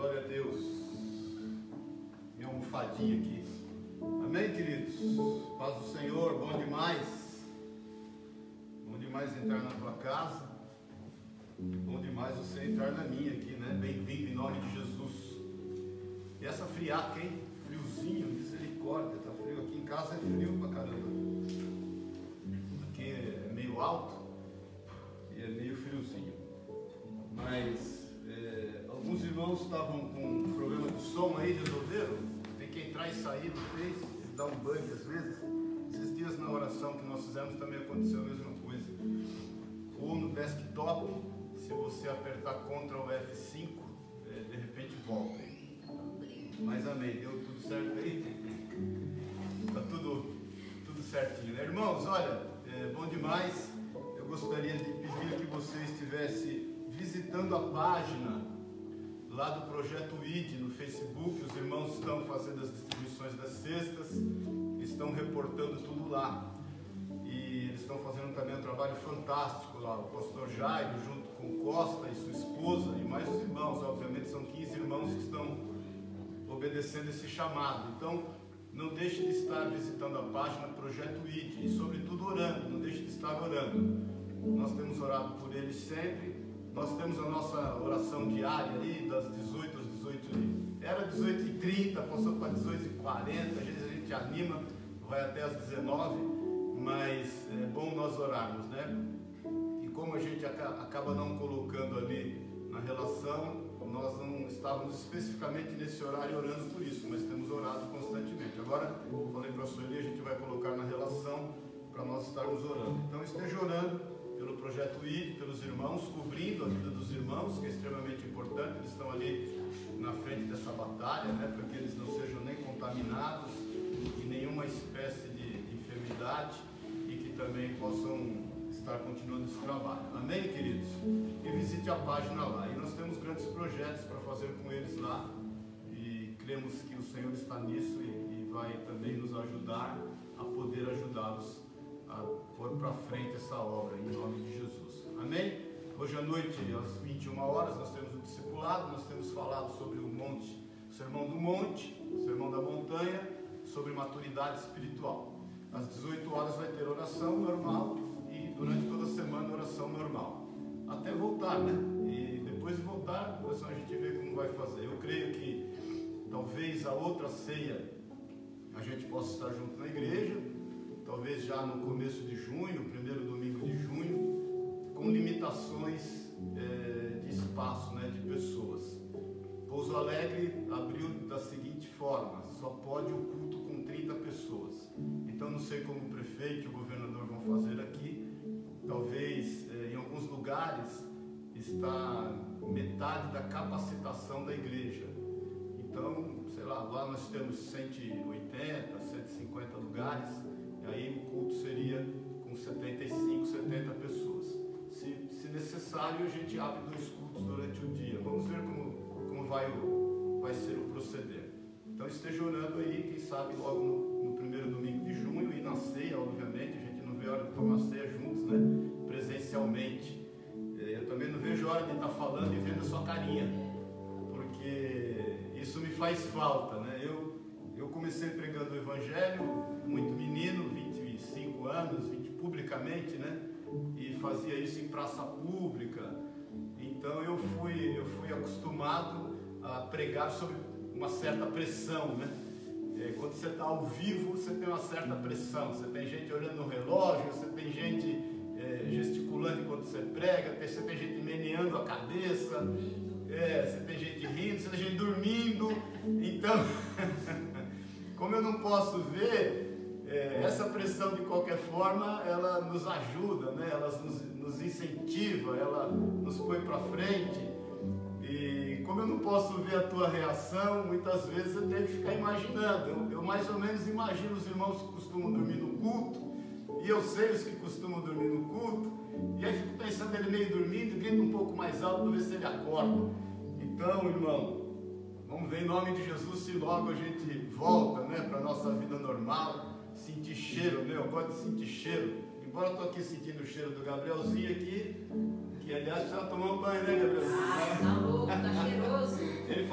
glória a Deus. Minha almofadinha aqui. Amém, queridos? Paz do Senhor, bom demais. Bom demais entrar na tua casa. Bom demais você entrar na minha aqui, né? Bem-vindo em nome de Jesus. E essa friaca, hein? Friozinho, misericórdia, tá frio. Aqui em casa é frio pra caramba. Aqui é meio alto e é meio friozinho. Mas alguns irmãos estavam com um problema de som aí, resolveram. Tem que entrar e sair do Face, dar um bug às vezes. Esses dias na oração que nós fizemos também aconteceu a mesma coisa. Ou no desktop, se você apertar Ctrl F5, de repente volta aí. Mas amém, deu tudo certo aí? Está tudo certinho, né? Irmãos, olha, bom demais. Eu gostaria de pedir que você estivesse visitando a página lá do Projeto ID no Facebook. Os irmãos estão fazendo as distribuições das cestas, estão reportando tudo lá. E eles estão fazendo também um trabalho fantástico lá. O pastor Jairo, junto com Costa e sua esposa, e mais os irmãos, obviamente são 15 irmãos que estão obedecendo esse chamado. Então, não deixe de estar visitando a página Projeto ID e, sobretudo, orando. Não deixe de estar orando. Nós temos orado por eles sempre. Nós temos a nossa oração diária ali, das 18 às 18h. Era 18h30, passou para 18h40. Às vezes a gente anima, vai até às 19h. Mas é bom nós orarmos, né? E como a gente acaba não colocando ali na relação, nós não estávamos especificamente nesse horário orando por isso, mas temos orado constantemente. Agora, eu falei para a Sueli, a gente vai colocar na relação para nós estarmos orando. Então, esteja orando pelo Projeto ID, pelos irmãos, cobrindo a vida dos irmãos, que é extremamente importante. Eles estão ali na frente dessa batalha, né? Para que eles não sejam nem contaminados e nenhuma espécie de enfermidade, e que também possam estar continuando esse trabalho. Amém, queridos? E visite a página lá. E nós temos grandes projetos para fazer com eles lá. E cremos que o Senhor está nisso e vai também nos ajudar a poder ajudá-los a pôr para frente essa obra, em nome de Jesus. Amém? Hoje à noite, às 21 horas, nós temos o discipulado. Nós temos falado sobre o monte, o sermão do monte, o sermão da montanha, sobre maturidade espiritual. Às 18 horas vai ter oração normal e durante toda a semana oração normal. Até voltar, né? E depois de voltar, a gente vê como vai fazer. Eu creio que talvez a outra ceia a gente possa estar junto na igreja, talvez já no começo de junho, primeiro domingo de junho, com limitações de espaço, né? De pessoas. Pouso Alegre abriu da seguinte forma: só pode o culto com 30 pessoas. Então não sei como o prefeito e o governador vão fazer aqui. Talvez em alguns lugares está metade da capacitação da igreja. Então, sei lá nós temos 180, 150 lugares, e aí o culto seria com 75, 70 pessoas. Se necessário, a gente abre 2 cultos durante o dia. Vamos ver como vai ser o proceder. Então esteja orando aí, quem sabe logo no primeiro domingo de junho, e na ceia, obviamente. A gente não vê a hora de tomar ceia juntos, né? Presencialmente. Eu também não vejo a hora de estar falando e vendo a sua carinha, porque isso me faz falta, né? Eu comecei pregando o evangelho muito menino, 25 anos, publicamente, né? E fazia isso em praça pública. Então eu fui acostumado a pregar sobre uma certa pressão, né? Quando você está ao vivo, você tem uma certa pressão. Você tem gente olhando no relógio, você tem gente gesticulando enquanto você prega, você tem gente meneando a cabeça, você tem gente rindo, você tem gente dormindo. Então, como eu não posso ver, essa pressão de qualquer forma, ela nos ajuda, né? Ela nos incentiva, ela nos põe para frente. E como eu não posso ver a tua reação, muitas vezes eu tenho que ficar imaginando. Eu mais ou menos imagino os irmãos que costumam dormir no culto, e eu sei os que costumam dormir no culto, e aí fico pensando ele meio dormindo, grita um pouco mais alto para ver se ele acorda. Então, irmão, vamos ver em nome de Jesus se logo a gente volta, né, para a nossa vida normal, sentir cheiro, né? Eu gosto de sentir cheiro. Embora eu estou aqui sentindo o cheiro do Gabrielzinho aqui, que aliás precisa tomar um banho, né, Gabrielzinho? Tá louco, tá cheiroso. Ele falou para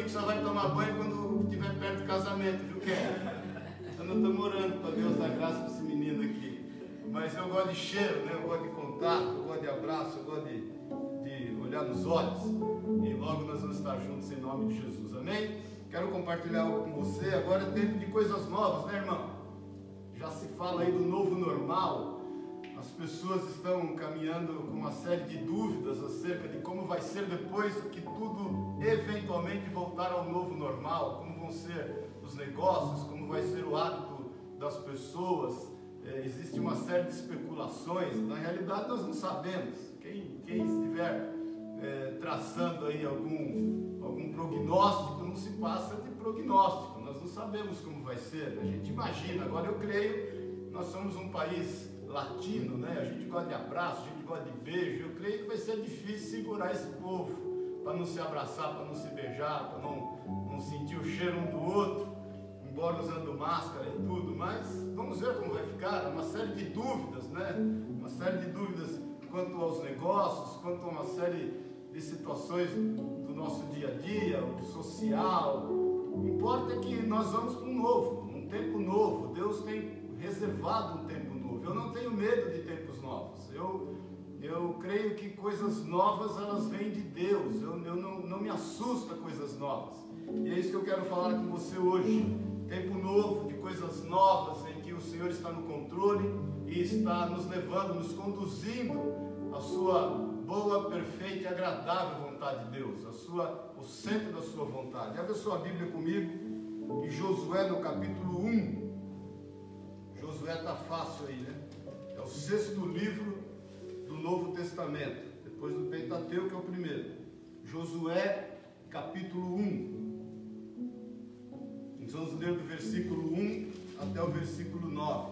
que só vai tomar banho quando estiver perto do casamento, viu, Kelly? Eu não estou orando para Deus dar graça para esse menino aqui. Mas eu gosto de cheiro, né? Eu gosto de contato, eu gosto de abraço, eu gosto de olhar nos olhos. E logo nós vamos estar juntos em nome de Jesus, amém? Quero compartilhar algo com você. Agora é tempo de coisas novas, né, irmão? Já se fala aí do novo normal. As pessoas estão caminhando com uma série de dúvidas acerca de como vai ser depois que tudo eventualmente voltar ao novo normal, como vão ser os negócios, como vai ser o hábito das pessoas. Existe uma série de especulações. Na realidade nós não sabemos. Quem estiver traçando aí algum prognóstico, não se passa de prognóstico. Nós não sabemos como vai ser. A gente imagina. Agora eu creio, nós somos um país latino, né? A gente gosta de abraço, a gente gosta de beijo. Eu creio que vai ser difícil segurar esse povo para não se abraçar, para não se beijar, para não sentir o cheiro um do outro, embora usando máscara e tudo. Mas vamos ver como vai ficar. Uma série de dúvidas, né? Uma série de dúvidas quanto aos negócios, quanto a uma série de situações do nosso dia a dia, o social. O que importa é que nós vamos para um novo, um tempo novo. Deus tem reservado um tempo novo. Eu não tenho medo de tempos novos. Eu creio que coisas novas, elas vêm de Deus. Eu não me assusta coisas novas. E é isso que eu quero falar com você hoje. Tempo novo, de coisas novas, em que o Senhor está no controle e está nos levando, nos conduzindo à sua boa, perfeita e agradável vontade de Deus, o centro da sua vontade. Abra sua Bíblia comigo em Josué, no capítulo 1. Josué está fácil aí, né? É o 6º livro do Novo Testamento, depois do Pentateuco, que é o primeiro. Josué, capítulo 1. Nós vamos ler do versículo 1 até o versículo 9.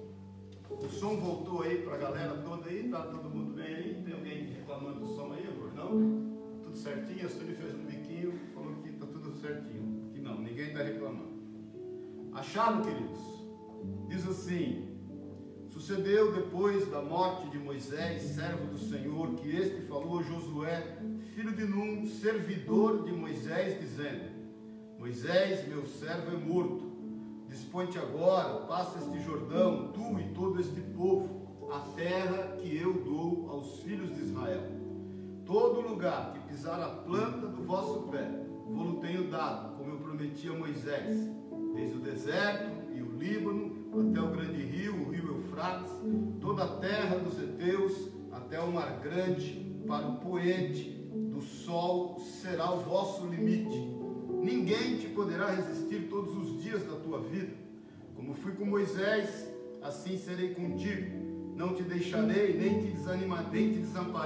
O som voltou aí para a galera toda aí? Está todo mundo bem aí? Tem alguém reclamando do som aí, amor? Não? Tudo certinho? A Sônia fez um biquinho, falou que está tudo certinho. Que não, ninguém está reclamando. Acharam, queridos? Diz assim: sucedeu depois da morte de Moisés, servo do Senhor, que este falou a Josué, filho de Num, servidor de Moisés, dizendo: Moisés, meu servo, é morto. Dispõe-te agora, passa este Jordão, tu e todo este povo, a terra que eu dou aos filhos de Israel. Todo lugar que pisar a planta do vosso pé, vou-lo tenho dado, como eu prometi a Moisés, desde o deserto e o Líbano, até o grande rio, o rio Eufrates, toda a terra dos heteus, até o mar grande, para o poente do sol será o vosso limite. Ninguém te poderá resistir todos os dias da tua vida. Como fui com Moisés, assim serei contigo. Não te deixarei, nem te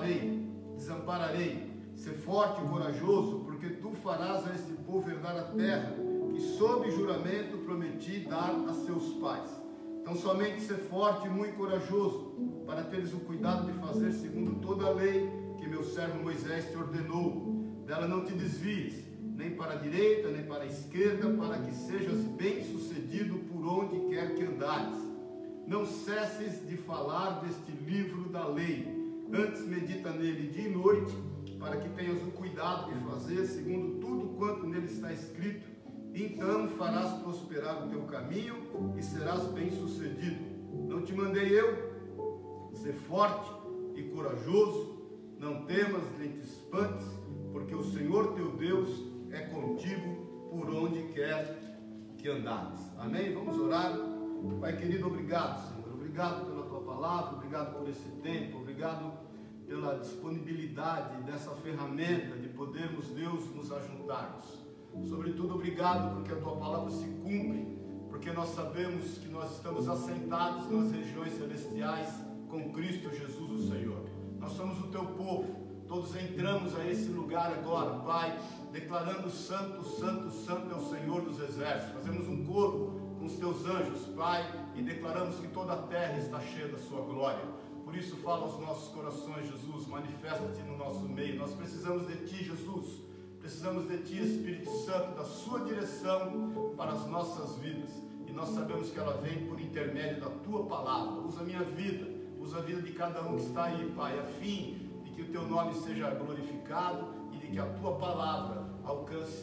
desampararei. Ser forte e corajoso, porque tu farás a este povo herdar a terra, que sob juramento prometi dar a seus pais. Então somente ser forte e muito corajoso, para teres o cuidado de fazer segundo toda a lei que meu servo Moisés te ordenou. Dela não te desvies, nem para a direita, nem para a esquerda, para que sejas bem-sucedido por onde quer que andares. Não cesses de falar deste livro da lei, antes medita nele dia e noite, para que tenhas o cuidado de fazer segundo tudo quanto nele está escrito. Então farás prosperar o teu caminho e serás bem-sucedido. Não te mandei eu? Ser forte e corajoso, não temas nem te espantes, porque o Senhor teu Deus é contigo por onde quer que andares. Amém? Vamos orar. Pai querido, obrigado, Senhor. Obrigado pela tua palavra, obrigado por esse tempo, obrigado pela disponibilidade dessa ferramenta de podermos, Deus, nos ajuntarmos. Sobretudo, obrigado porque a tua palavra se cumpre, porque nós sabemos que nós estamos assentados nas regiões celestiais com Cristo Jesus, o Senhor. Nós somos o teu povo. Todos entramos a esse lugar agora, Pai, declarando santo, santo, santo é o Senhor dos exércitos. Fazemos um coro com os teus anjos, Pai, e declaramos que toda a terra está cheia da sua glória. Por isso fala aos nossos corações, Jesus, manifesta-te no nosso meio. Nós precisamos de ti, Jesus. Precisamos de ti, Espírito Santo, da sua direção para as nossas vidas. E nós sabemos que ela vem por intermédio da tua palavra. Usa a minha vida, usa a vida de cada um que está aí, Pai, a fim de que o teu nome seja glorificado e de que a tua palavra alcance o lugar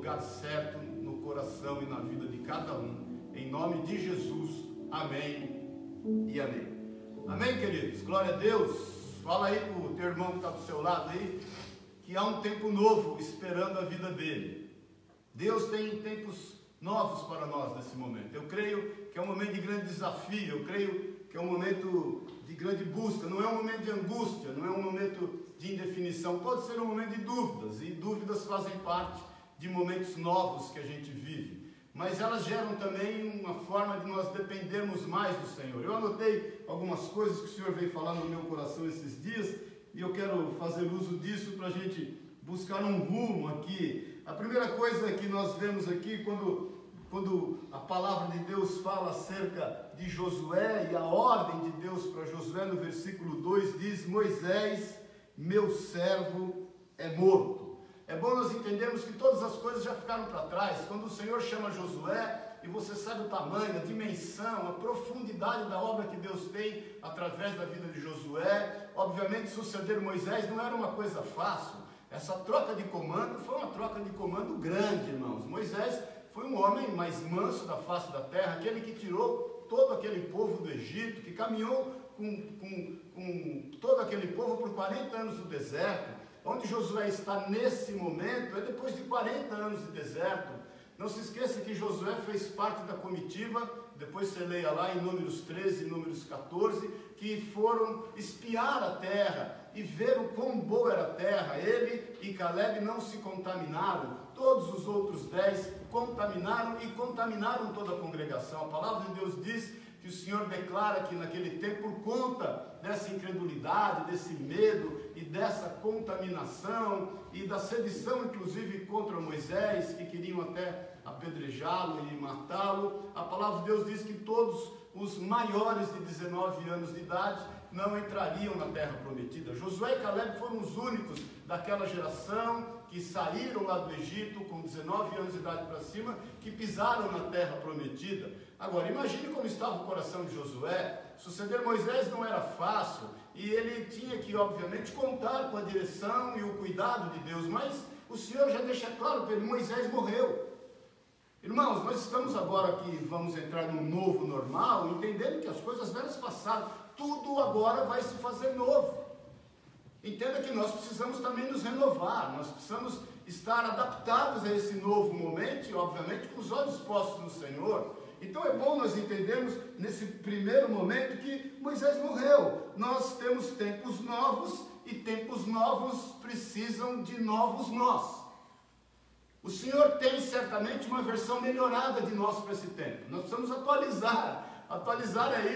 lugar certo no coração e na vida de cada um. Em nome de Jesus, amém e amém. Amém, queridos? Glória a Deus. Fala aí para o teu irmão que está do seu lado aí, que há um tempo novo esperando a vida dele. Deus tem tempos novos para nós nesse momento. Eu creio que é um momento de grande desafio, eu creio que é um momento de grande busca, não é um momento de angústia, não é um momento de indefinição, pode ser um momento de dúvidas, e dúvidas fazem parte de momentos novos que a gente vive, mas elas geram também uma forma de nós dependermos mais do Senhor. Eu anotei algumas coisas que o Senhor veio falar no meu coração esses dias, e eu quero fazer uso disso para a gente buscar um rumo aqui. A primeira coisa que nós vemos aqui, quando a palavra de Deus fala acerca de Josué, e a ordem de Deus para Josué no versículo 2 diz: Moisés, meu servo, é morto. É bom nós entendermos que todas as coisas já ficaram para trás. Quando o Senhor chama Josué, e você sabe o tamanho, a dimensão, a profundidade da obra que Deus tem através da vida de Josué, obviamente suceder Moisés não era uma coisa fácil. Essa troca de comando foi uma troca de comando grande, irmãos. Moisés foi um homem mais manso da face da terra, aquele que tirou todo aquele povo do Egito, que caminhou com todo aquele povo por 40 anos no deserto. Onde Josué está nesse momento é depois de 40 anos de deserto. Não se esqueça que Josué fez parte da comitiva, depois você leia lá em Números 13 e Números 14, que foram espiar a terra e ver o quão boa era a terra. Ele e Caleb não se contaminaram, todos os outros 10 contaminaram e contaminaram toda a congregação. A palavra de Deus diz que o Senhor declara que naquele tempo, por conta dessa incredulidade, desse medo e dessa contaminação e da sedição inclusive contra Moisés, que queriam até apedrejá-lo e matá-lo, a palavra de Deus diz que todos os maiores de 19 anos de idade não entrariam na terra prometida. Josué e Caleb foram os únicos daquela geração que saíram lá do Egito com 19 anos de idade para cima, que pisaram na terra prometida. Agora, imagine como estava o coração de Josué. Suceder Moisés não era fácil, e ele tinha que, obviamente, contar com a direção e o cuidado de Deus, mas o Senhor já deixa claro para ele: Moisés morreu. Irmãos, nós estamos agora que vamos entrar num novo normal, entendendo que as coisas velhas passaram, tudo agora vai se fazer novo. Entenda que nós precisamos também nos renovar, nós precisamos estar adaptados a esse novo momento e, obviamente, com os olhos postos no Senhor. Então é bom nós entendermos nesse primeiro momento que Moisés morreu. Nós temos tempos novos e tempos novos precisam de novos nós. O Senhor tem certamente uma versão melhorada de nós para esse tempo. Nós precisamos atualizar aí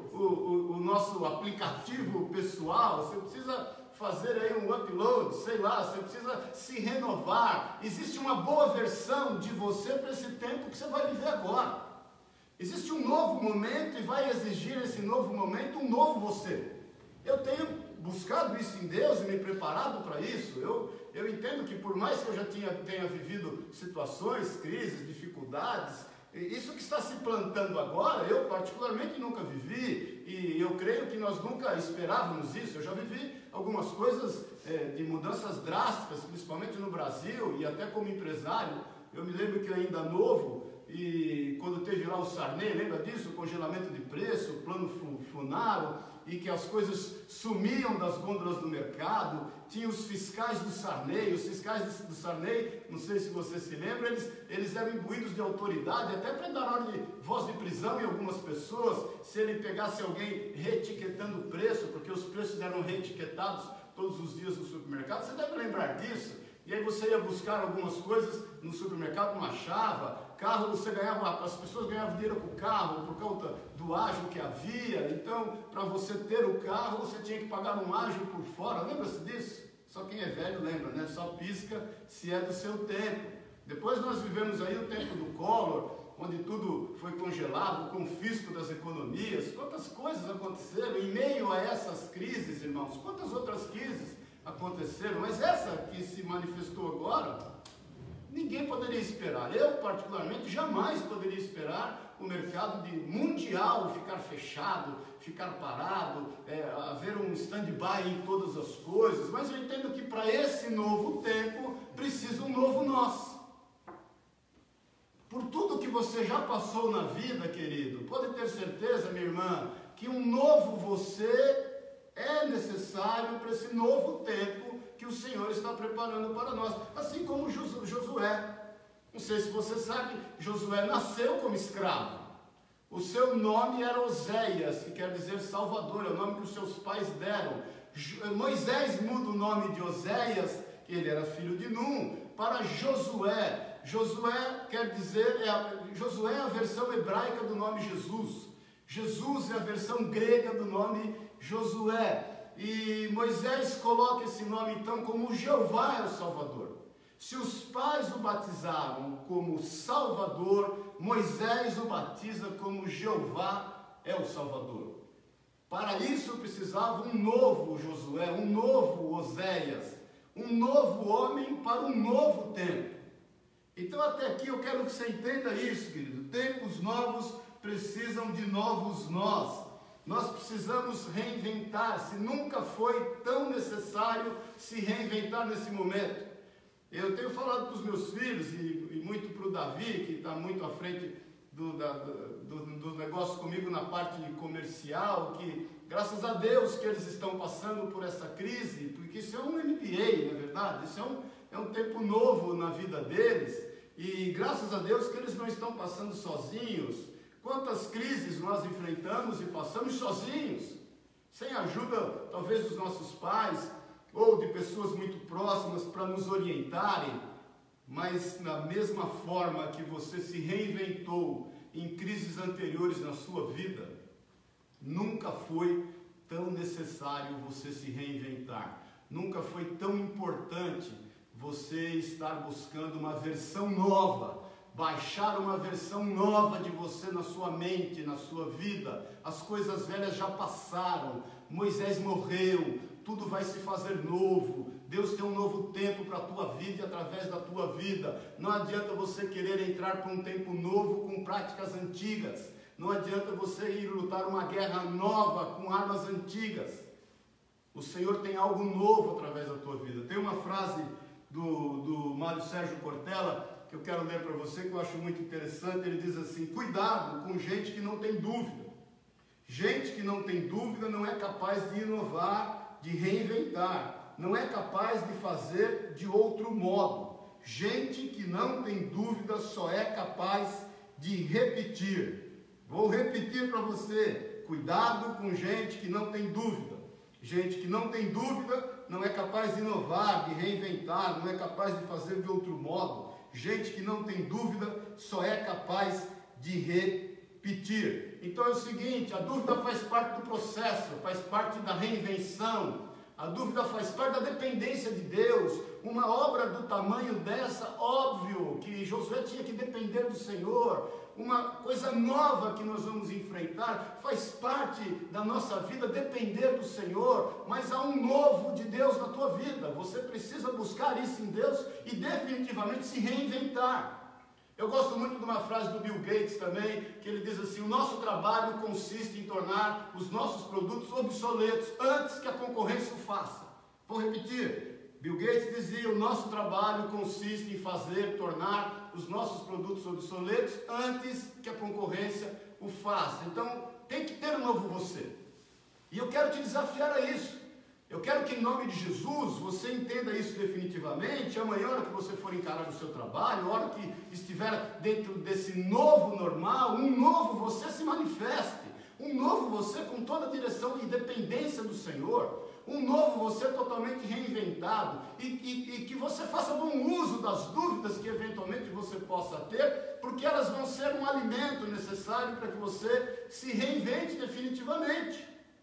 o nosso aplicativo pessoal. Você precisa fazer aí um upload, sei lá, você precisa se renovar. Existe uma boa versão de você para esse tempo que você vai viver agora. Existe um novo momento e vai exigir esse novo momento um novo você. Eu tenho buscado isso em Deus e me preparado para isso. Eu entendo que por mais que eu já tenha vivido situações, crises, dificuldades, isso que está se plantando agora, eu particularmente nunca vivi, e eu creio que nós nunca esperávamos isso. Eu já vivi algumas coisas de mudanças drásticas, principalmente no Brasil, e até como empresário. Eu me lembro que ainda novo, e quando teve lá o Sarney, lembra disso? O congelamento de preço, o plano Funaro, e que as coisas sumiam das gôndolas do mercado. Tinha os fiscais do Sarney. Os fiscais do Sarney, não sei se você se lembra, eles eram imbuídos de autoridade, até para dar ordem de voz de prisão em algumas pessoas, se ele pegasse alguém reetiquetando o preço, porque os preços eram reetiquetados todos os dias no supermercado. Você deve lembrar disso. E aí você ia buscar algumas coisas no supermercado, não achava. Carro, você ganhava, as pessoas ganhavam dinheiro com o carro por conta do ágio que havia. Então, para você ter o carro, você tinha que pagar um ágio por fora. Lembra-se disso? Só quem é velho lembra, né? Só pisca se é do seu tempo. Depois nós vivemos aí o tempo do Collor, onde tudo foi congelado, o confisco das economias. Quantas coisas aconteceram em meio a essas crises, irmãos? Quantas outras crises aconteceram? Mas essa que se manifestou agora, ninguém poderia esperar. Eu, particularmente, jamais poderia esperar o mercado mundial ficar fechado, ficar parado, haver um stand-by em todas as coisas. Mas eu entendo que para esse novo tempo precisa um novo nós. você já passou na vida, querido, pode ter certeza, minha irmã, que um novo você é necessário para esse novo tempo que o Senhor está preparando para nós. Assim como Josué. Não sei se você sabe, Josué nasceu como escravo. O seu nome era Oséias, que quer dizer Salvador, é o nome que os seus pais deram. Moisés muda o nome de Oséias, que ele era filho de Num, para Josué. Josué quer dizer, Josué é a versão hebraica do nome Jesus. Jesus é a versão grega do nome Josué. E Moisés coloca esse nome então como Jeová é o Salvador. Se os pais o batizaram como Salvador, Moisés o batiza como Jeová é o Salvador. Para isso precisava um novo Josué, um novo Oséias, um novo homem para um novo tempo. Então até aqui eu quero que você entenda isso, querido. Tempos novos precisam de novos nós. Nós precisamos reinventar-se. Nunca foi tão necessário se reinventar nesse momento. Eu tenho falado para os meus filhos e muito para o Davi, que está muito à frente do negócio comigo na parte comercial, que graças a Deus que eles estão passando por essa crise, porque isso é um MBA, não é verdade? Isso é um tempo novo na vida deles, e graças a Deus que eles não estão passando sozinhos. Quantas crises nós enfrentamos e passamos sozinhos, sem a ajuda talvez dos nossos pais, ou de pessoas muito próximas para nos orientarem, mas da mesma forma que você se reinventou em crises anteriores na sua vida, nunca foi tão necessário você se reinventar, nunca foi tão importante você estar buscando uma versão nova, baixar uma versão nova de você na sua mente, na sua vida. As coisas velhas já passaram, Moisés morreu, tudo vai se fazer novo. Deus tem um novo tempo para a tua vida e através da tua vida. Não adianta você querer entrar para um tempo novo com práticas antigas. Não adianta você ir lutar uma guerra nova com armas antigas. O Senhor tem algo novo através da tua vida. Tem uma frase do Mário Sérgio Cortella que eu quero ler para você, que eu acho muito interessante. Ele diz assim: cuidado com gente que não tem dúvida. Gente que não tem dúvida não é capaz de inovar, de reinventar, não é capaz de fazer de outro modo. Gente que não tem dúvida só é capaz de repetir. Vou repetir para você: cuidado com gente que não tem dúvida. Gente que não tem dúvida não é capaz de inovar, de reinventar, não é capaz de fazer de outro modo. Gente que não tem dúvida só é capaz de repetir. Então é o seguinte: a dúvida faz parte do processo, faz parte da reinvenção. A dúvida faz parte da dependência de Deus. Uma obra do tamanho dessa, óbvio que Josué tinha que depender do Senhor. Uma coisa nova que nós vamos enfrentar, faz parte da nossa vida depender do Senhor. Mas há um novo de Deus na tua vida. Você precisa buscar isso em Deus e definitivamente se reinventar. Eu gosto muito de uma frase do Bill Gates também, que ele diz assim: o nosso trabalho consiste em tornar os nossos produtos obsoletos antes que a concorrência o faça. Vou repetir. Bill Gates dizia: o nosso trabalho consiste em tornar os nossos produtos obsoletos antes que a concorrência o faça. Então, tem que ter um novo você. E eu quero te desafiar a isso. Eu quero que em nome de Jesus você entenda isso definitivamente. Amanhã, a hora que você for encarar o seu trabalho, a hora que estiver dentro desse novo normal, um novo você se manifeste. Um novo você com toda a direção e dependência do Senhor. Um novo você totalmente reinventado. E que você faça bom uso das dúvidas que eventualmente você possa ter, porque elas vão ser um alimento necessário para que você se reinvente definitivamente.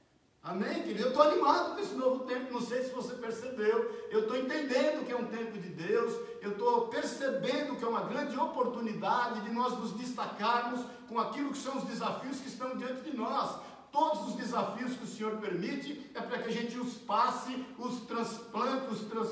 Amém, querido? Eu estou animado com esse novo tempo, não sei se você percebeu. Eu estou entendendo que é um tempo de Deus. Eu estou percebendo que é uma grande oportunidade de nós nos destacarmos com aquilo que são os desafios que estão diante de nós. Todos os desafios que o Senhor permite é para que a gente os passe, os transplante,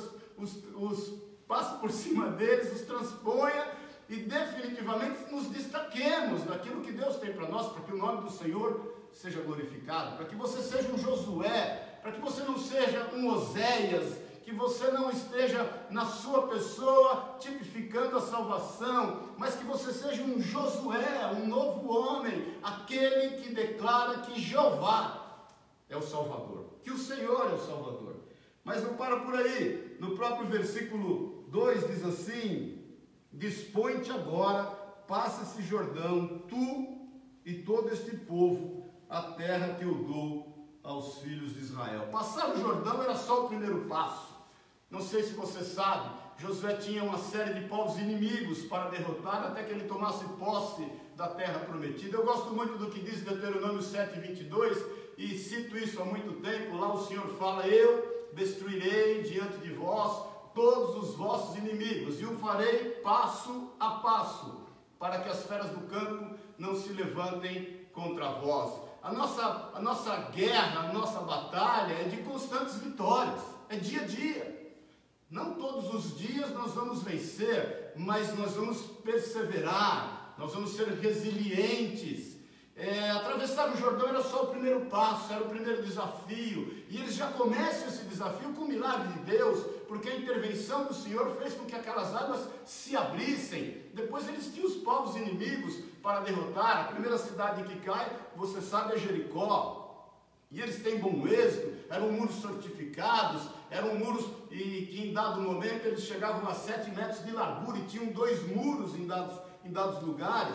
os passe por cima deles, os transponha e definitivamente nos destaquemos daquilo que Deus tem para nós, para que o nome do Senhor seja glorificado, para que você seja um Josué, para que você não seja um Oséias, que você não esteja na sua pessoa tipificado frutificando a salvação, mas que você seja um Josué, um novo homem, aquele que declara que Jeová é o Salvador, que o Senhor é o Salvador. Mas não para por aí, no próprio versículo 2 diz assim: dispõe-te agora, passa esse Jordão, tu e todo este povo, a terra que eu dou aos filhos de Israel. Passar o Jordão era só o primeiro passo. Não sei se você sabe, Josué tinha uma série de povos inimigos para derrotar até que ele tomasse posse da terra prometida. Eu gosto muito do que diz Deuteronômio 7:22 e cito isso há muito tempo. Lá o Senhor fala: eu destruirei diante de vós todos os vossos inimigos e o farei passo a passo, para que as feras do campo não se levantem contra vós. A nossa guerra, a nossa batalha é de constantes vitórias, é dia a dia. Não todos os dias nós vamos vencer, mas nós vamos perseverar, nós vamos ser resilientes. Atravessar o Jordão era só o primeiro passo, era o primeiro desafio, e eles já começam esse desafio com o milagre de Deus, porque a intervenção do Senhor fez com que aquelas águas se abrissem. Depois eles tinham os povos inimigos para derrotar. A primeira cidade que cai, você sabe, é Jericó, e eles têm bom êxito. Eram muros fortificados, eram muros que em dado momento eles chegavam a 7 metros de largura e tinham 2 muros em dados lugares.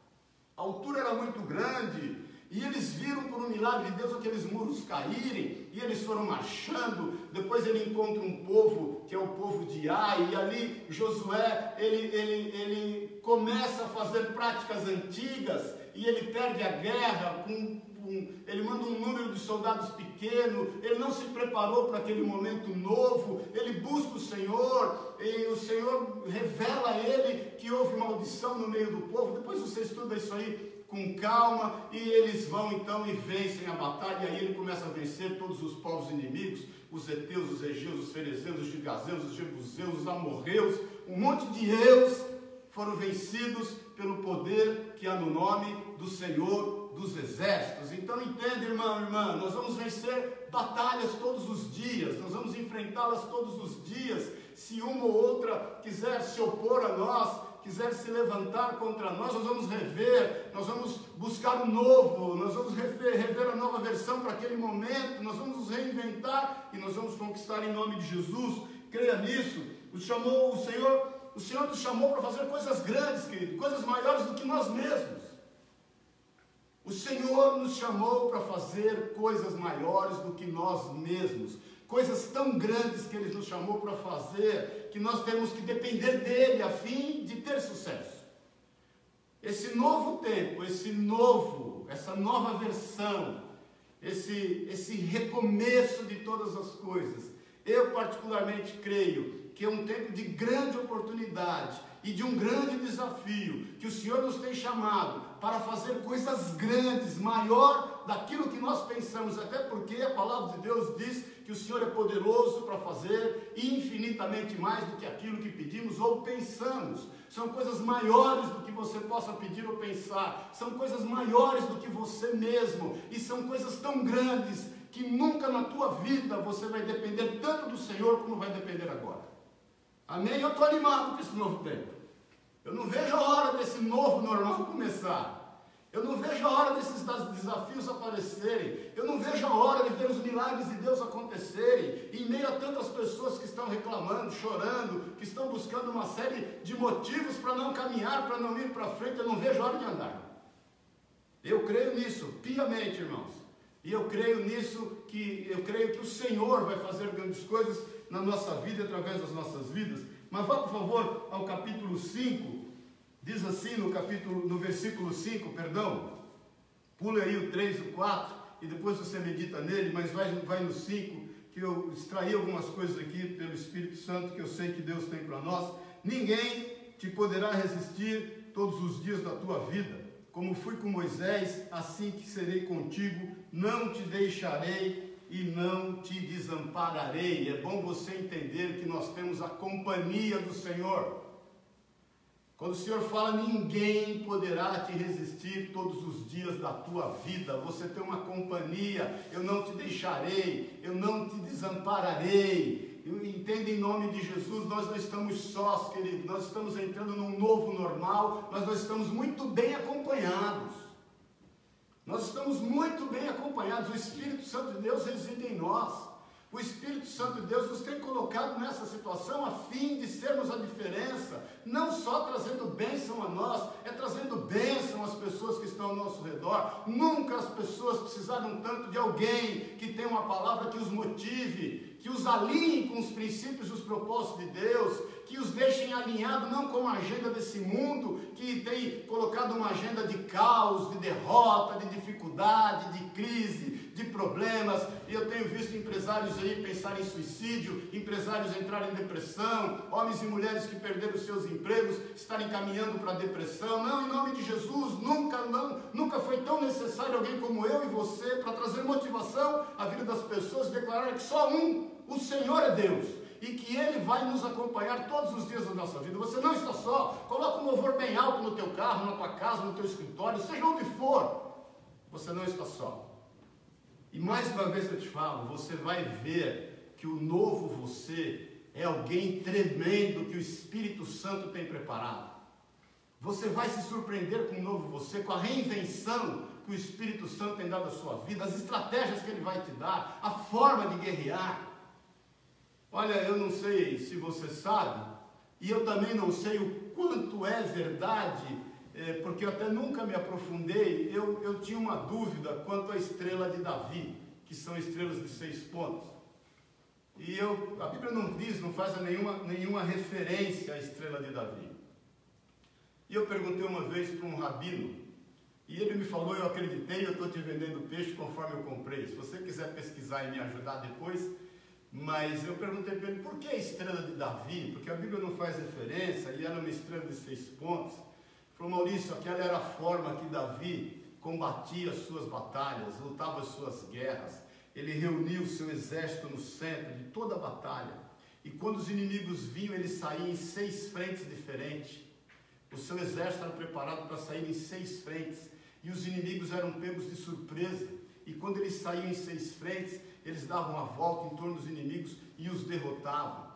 A altura era muito grande, e eles viram por um milagre de Deus aqueles muros caírem, e eles foram marchando. Depois ele encontra um povo, que é o povo de Ai, e ali Josué, ele começa a fazer práticas antigas, e ele perde a guerra, ele manda um número de soldados pequeno, ele não se preparou para aquele momento novo, ele busca o Senhor, e o Senhor revela a ele que houve maldição no meio do povo. Depois você estuda isso aí com calma, e eles vão então e vencem a batalha, e aí ele começa a vencer todos os povos inimigos, os heteus, os egeus, os ferezeus, os gigazeus, os jebuseus, os amorreus, um monte de eus foram vencidos pelo poder que há no nome do Senhor dos exércitos. Então entende, irmão, irmã, nós vamos vencer batalhas todos os dias, nós vamos enfrentá-las todos os dias. Se uma ou outra quiser se opor a nós, quiser se levantar contra nós, nós vamos rever, nós vamos buscar o novo, nós vamos rever a nova versão para aquele momento, nós vamos nos reinventar e nós vamos conquistar em nome de Jesus. Creia nisso. O Senhor nos chamou para fazer coisas grandes, querido, coisas maiores do que nós mesmos. O Senhor nos chamou para fazer coisas maiores do que nós mesmos, coisas tão grandes que Ele nos chamou para fazer, que nós temos que depender dEle a fim de ter sucesso. Esse novo tempo, essa nova versão, esse recomeço de todas as coisas, eu particularmente creio que é um tempo de grande oportunidade e de um grande desafio, que o Senhor nos tem chamado para fazer coisas grandes, maior daquilo que nós pensamos, até porque a palavra de Deus diz que o Senhor é poderoso para fazer infinitamente mais do que aquilo que pedimos ou pensamos. São coisas maiores do que você possa pedir ou pensar, são coisas maiores do que você mesmo, e são coisas tão grandes que nunca na tua vida você vai depender tanto do Senhor como vai depender agora. Amém? Eu estou animado com esse novo tempo. Eu não vejo a hora desse novo normal começar. Eu não vejo a hora desses desafios aparecerem. Eu não vejo a hora de ver os milagres de Deus acontecerem. Em meio a tantas pessoas que estão reclamando, chorando, que estão buscando uma série de motivos para não caminhar, para não ir para frente, eu não vejo a hora de andar. Eu creio nisso, piamente, irmãos. E eu creio nisso, eu creio que o Senhor vai fazer grandes coisas na nossa vida, através das nossas vidas. Mas vá, por favor, ao capítulo 5, diz assim no versículo 5, pule aí o 3 e o 4, e depois você medita nele, mas vai no 5, que eu extraí algumas coisas aqui pelo Espírito Santo, que eu sei que Deus tem para nós. Ninguém te poderá resistir todos os dias da tua vida. Como fui com Moisés, assim que serei contigo, não te deixarei e não te desampararei. É bom você entender que nós temos a companhia do Senhor. Quando o Senhor fala, ninguém poderá te resistir todos os dias da tua vida. Você tem uma companhia. Eu não te deixarei, eu não te desampararei. entenda em nome de Jesus, nós não estamos sós, querido, nós estamos entrando num novo normal, mas nós estamos muito bem acompanhados. Nós estamos muito bem acompanhados, o Espírito Santo de Deus reside em nós. O Espírito Santo de Deus nos tem colocado nessa situação a fim de sermos a diferença, não só trazendo bênção a nós, é trazendo bênção às pessoas que estão ao nosso redor. Nunca as pessoas precisaram tanto de alguém que tenha uma palavra que os motive, que os alinhe com os princípios e os propósitos de Deus, que os deixem alinhados não com a agenda desse mundo, que tem colocado uma agenda de caos, de derrota, de dificuldade, de crise, de problemas. E eu tenho visto empresários aí pensar em suicídio, empresários entrarem em depressão, homens e mulheres que perderam seus empregos, estarem caminhando para a depressão. Não, em nome de Jesus, nunca foi tão necessário alguém como eu e você para trazer motivação à vida das pessoas, declarar que só o Senhor é Deus, e que Ele vai nos acompanhar todos os dias da nossa vida. Você não está só. Coloca um louvor bem alto no teu carro, na tua casa, no teu escritório, seja onde for, você não está só. E mais uma vez eu te falo, você vai ver que o novo você é alguém tremendo que o Espírito Santo tem preparado. Você vai se surpreender com o novo você, com a reinvenção que o Espírito Santo tem dado à sua vida, as estratégias que Ele vai te dar, a forma de guerrear. Olha, eu não sei se você sabe, e eu também não sei o quanto é verdade, porque eu até nunca me aprofundei. Eu tinha uma dúvida quanto à estrela de Davi, que são estrelas de 6 pontos. E a Bíblia não diz, não faz nenhuma referência à estrela de Davi. E eu perguntei uma vez para um rabino, e ele me falou, eu acreditei, eu estou te vendendo peixe conforme eu comprei. Se você quiser pesquisar e me ajudar depois, mas eu perguntei para ele, por que a estrela de Davi? Porque a Bíblia não faz referência, e era uma estrela de 6 pontos. Ele falou, Maurício, aquela era a forma que Davi combatia as suas batalhas, lutava as suas guerras. Ele reuniu o seu exército no centro de toda a batalha. E quando os inimigos vinham, ele saía em 6 frentes diferentes. O seu exército era preparado para sair em 6 frentes. E os inimigos eram pegos de surpresa. E quando eles saíam em 6 frentes, eles davam a volta em torno dos inimigos e os derrotavam.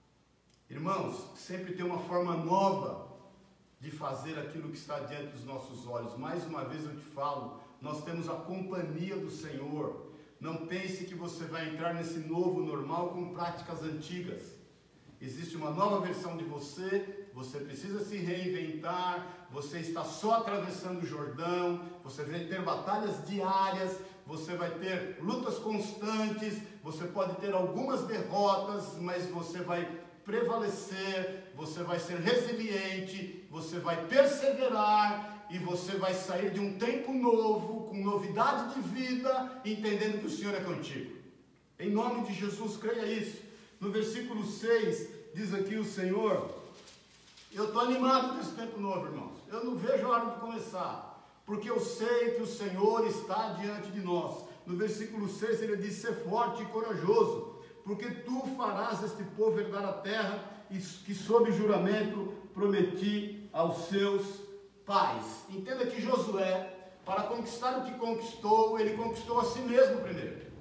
Irmãos, sempre tem uma forma nova de fazer aquilo que está diante dos nossos olhos. Mais uma vez eu te falo, nós temos a companhia do Senhor. Não pense que você vai entrar nesse novo normal com práticas antigas. Existe uma nova versão de você, você precisa se reinventar, você está só atravessando o Jordão, você vai ter batalhas diárias, você vai ter lutas constantes, você pode ter algumas derrotas, mas você vai prevalecer, você vai ser resiliente, você vai perseverar e você vai sair de um tempo novo, com novidade de vida, entendendo que o Senhor é contigo. Em nome de Jesus, creia isso. No versículo 6, diz aqui o Senhor, eu estou animado com esse tempo novo, irmãos. Eu não vejo a hora de começar, porque eu sei que o Senhor está diante de nós. No versículo 6 ele diz, ser forte e corajoso, porque tu farás este povo herdar a terra que sob juramento prometi aos seus pais. Entenda que Josué, para conquistar o que conquistou, ele conquistou a si mesmo primeiro.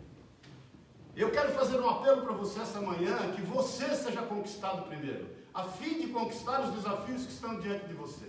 Eu quero fazer um apelo para você essa manhã, que você seja conquistado primeiro, a fim de conquistar os desafios que estão diante de você.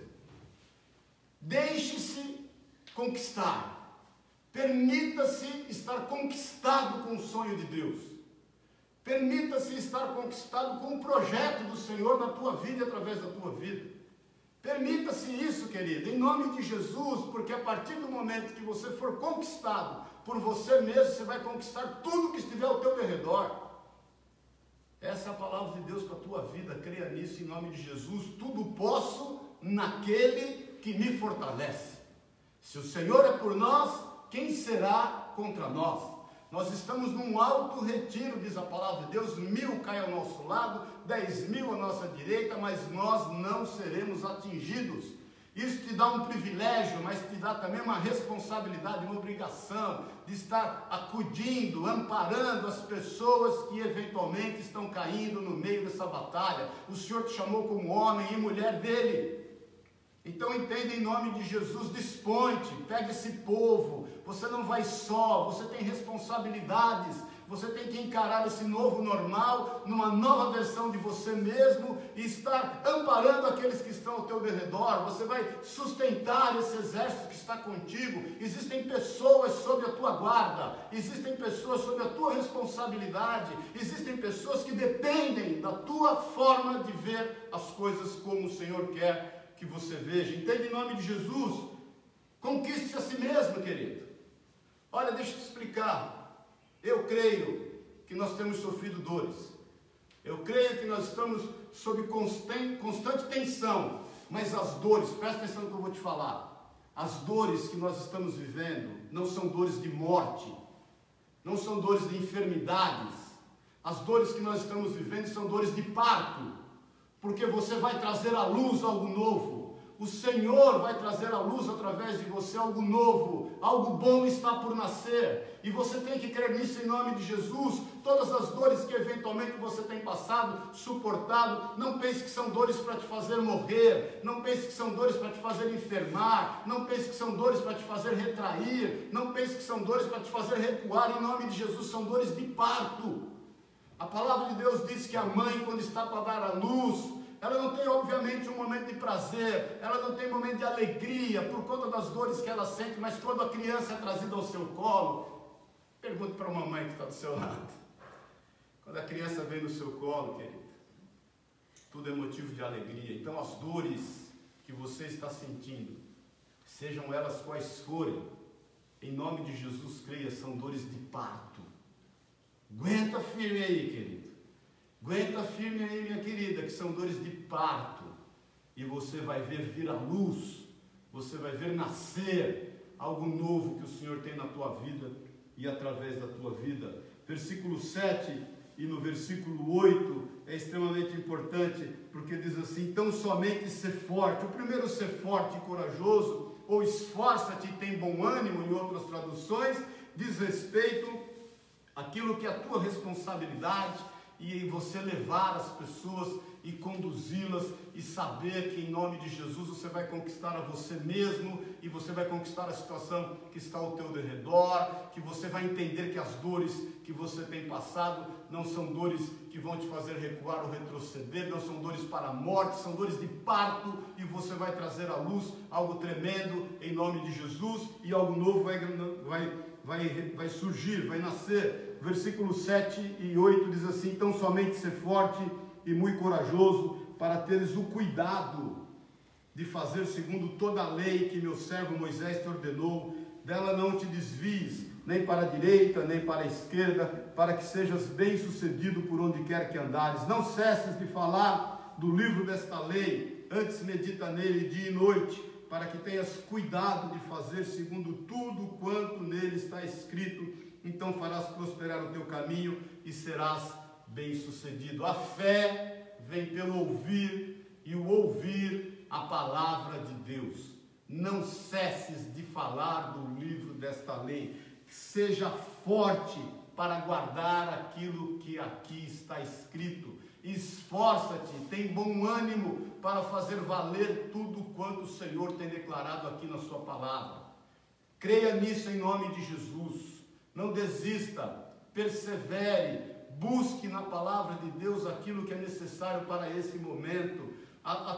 Deixe-se conquistar. Permita-se estar conquistado com o sonho de Deus. Permita-se estar conquistado com o projeto do Senhor na tua vida e através da tua vida. Permita-se isso, querido, em nome de Jesus, porque a partir do momento que você for conquistado por você mesmo, você vai conquistar tudo que estiver ao teu redor. Essa é a palavra de Deus para a tua vida, creia nisso em nome de Jesus. Tudo posso naquele que me fortalece. Se o Senhor é por nós, quem será contra nós? Nós estamos num alto retiro, diz a palavra de Deus, 1000 caem ao nosso lado, 10.000 à nossa direita, mas nós não seremos atingidos. Isso te dá um privilégio, mas te dá também uma responsabilidade, uma obrigação de estar acudindo, amparando as pessoas que eventualmente estão caindo no meio dessa batalha. O Senhor te chamou como homem e mulher dele. Então entenda em nome de Jesus, dispõe-te, pega esse povo, você não vai só, você tem responsabilidades, você tem que encarar esse novo normal, numa nova versão de você mesmo, e estar amparando aqueles que estão ao teu redor. Você vai sustentar esse exército que está contigo. Existem pessoas sob a tua guarda, existem pessoas sob a tua responsabilidade, existem pessoas que dependem da tua forma de ver as coisas como o Senhor quer que você veja. Entende, em nome de Jesus? Conquiste a si mesmo, querido. Olha, deixa eu te explicar. Eu creio que nós temos sofrido dores. Eu creio que nós estamos sob constante tensão. Mas as dores, presta atenção no que eu vou te falar. As dores que nós estamos vivendo não são dores de morte, não são dores de enfermidades. As dores que nós estamos vivendo são dores de parto, porque você vai trazer à luz algo novo. O Senhor vai trazer à luz através de você algo novo, algo bom está por nascer, e você tem que crer nisso em nome de Jesus. Todas as dores que eventualmente você tem passado, suportado, não pense que são dores para te fazer morrer, não pense que são dores para te fazer enfermar, não pense que são dores para te fazer retrair, não pense que são dores para te fazer recuar. Em nome de Jesus, são dores de parto. A palavra de Deus diz que a mãe, quando está para dar à luz, ela não tem, obviamente, um momento de prazer, ela não tem um momento de alegria por conta das dores que ela sente, mas quando a criança é trazida ao seu colo, pergunte para a mamãe que está do seu lado, quando a criança vem no seu colo, querido, tudo é motivo de alegria. Então as dores que você está sentindo, sejam elas quais forem, em nome de Jesus, creia, são dores de parto. Aguenta firme aí, querido. Aguenta firme aí, minha querida, que são dores de parto, e você vai ver vir a luz, você vai ver nascer algo novo que o Senhor tem na tua vida e através da tua vida. Versículo 7 e no versículo 8 é extremamente importante, porque diz assim: então somente ser forte. O primeiro, ser forte e corajoso, ou esforça-te e tem bom ânimo, em outras traduções, diz respeito àquilo que é a tua responsabilidade, e você levar as pessoas e conduzi-las e saber que em nome de Jesus você vai conquistar a você mesmo e você vai conquistar a situação que está ao teu redor, que você vai entender que as dores que você tem passado não são dores que vão te fazer recuar ou retroceder, não são dores para a morte, são dores de parto, e você vai trazer à luz algo tremendo em nome de Jesus, e algo novo vai surgir, vai nascer. Versículos 7 e 8 diz assim: então somente ser forte e muito corajoso, para teres o cuidado de fazer segundo toda a lei que meu servo Moisés te ordenou, dela não te desvies, nem para a direita, nem para a esquerda, para que sejas bem sucedido por onde quer que andares. Não cesses de falar do livro desta lei, antes medita nele dia e noite, para que tenhas cuidado de fazer segundo tudo quanto nele está escrito. Então farás prosperar o teu caminho e serás bem-sucedido. A fé vem pelo ouvir, e o ouvir a palavra de Deus. Não cesses de falar do livro desta lei. Seja forte para guardar aquilo que aqui está escrito. Esforça-te, tem bom ânimo para fazer valer tudo quanto o Senhor tem declarado aqui na sua palavra. Creia nisso em nome de Jesus. Não desista, persevere, busque na palavra de Deus aquilo que é necessário para esse momento. A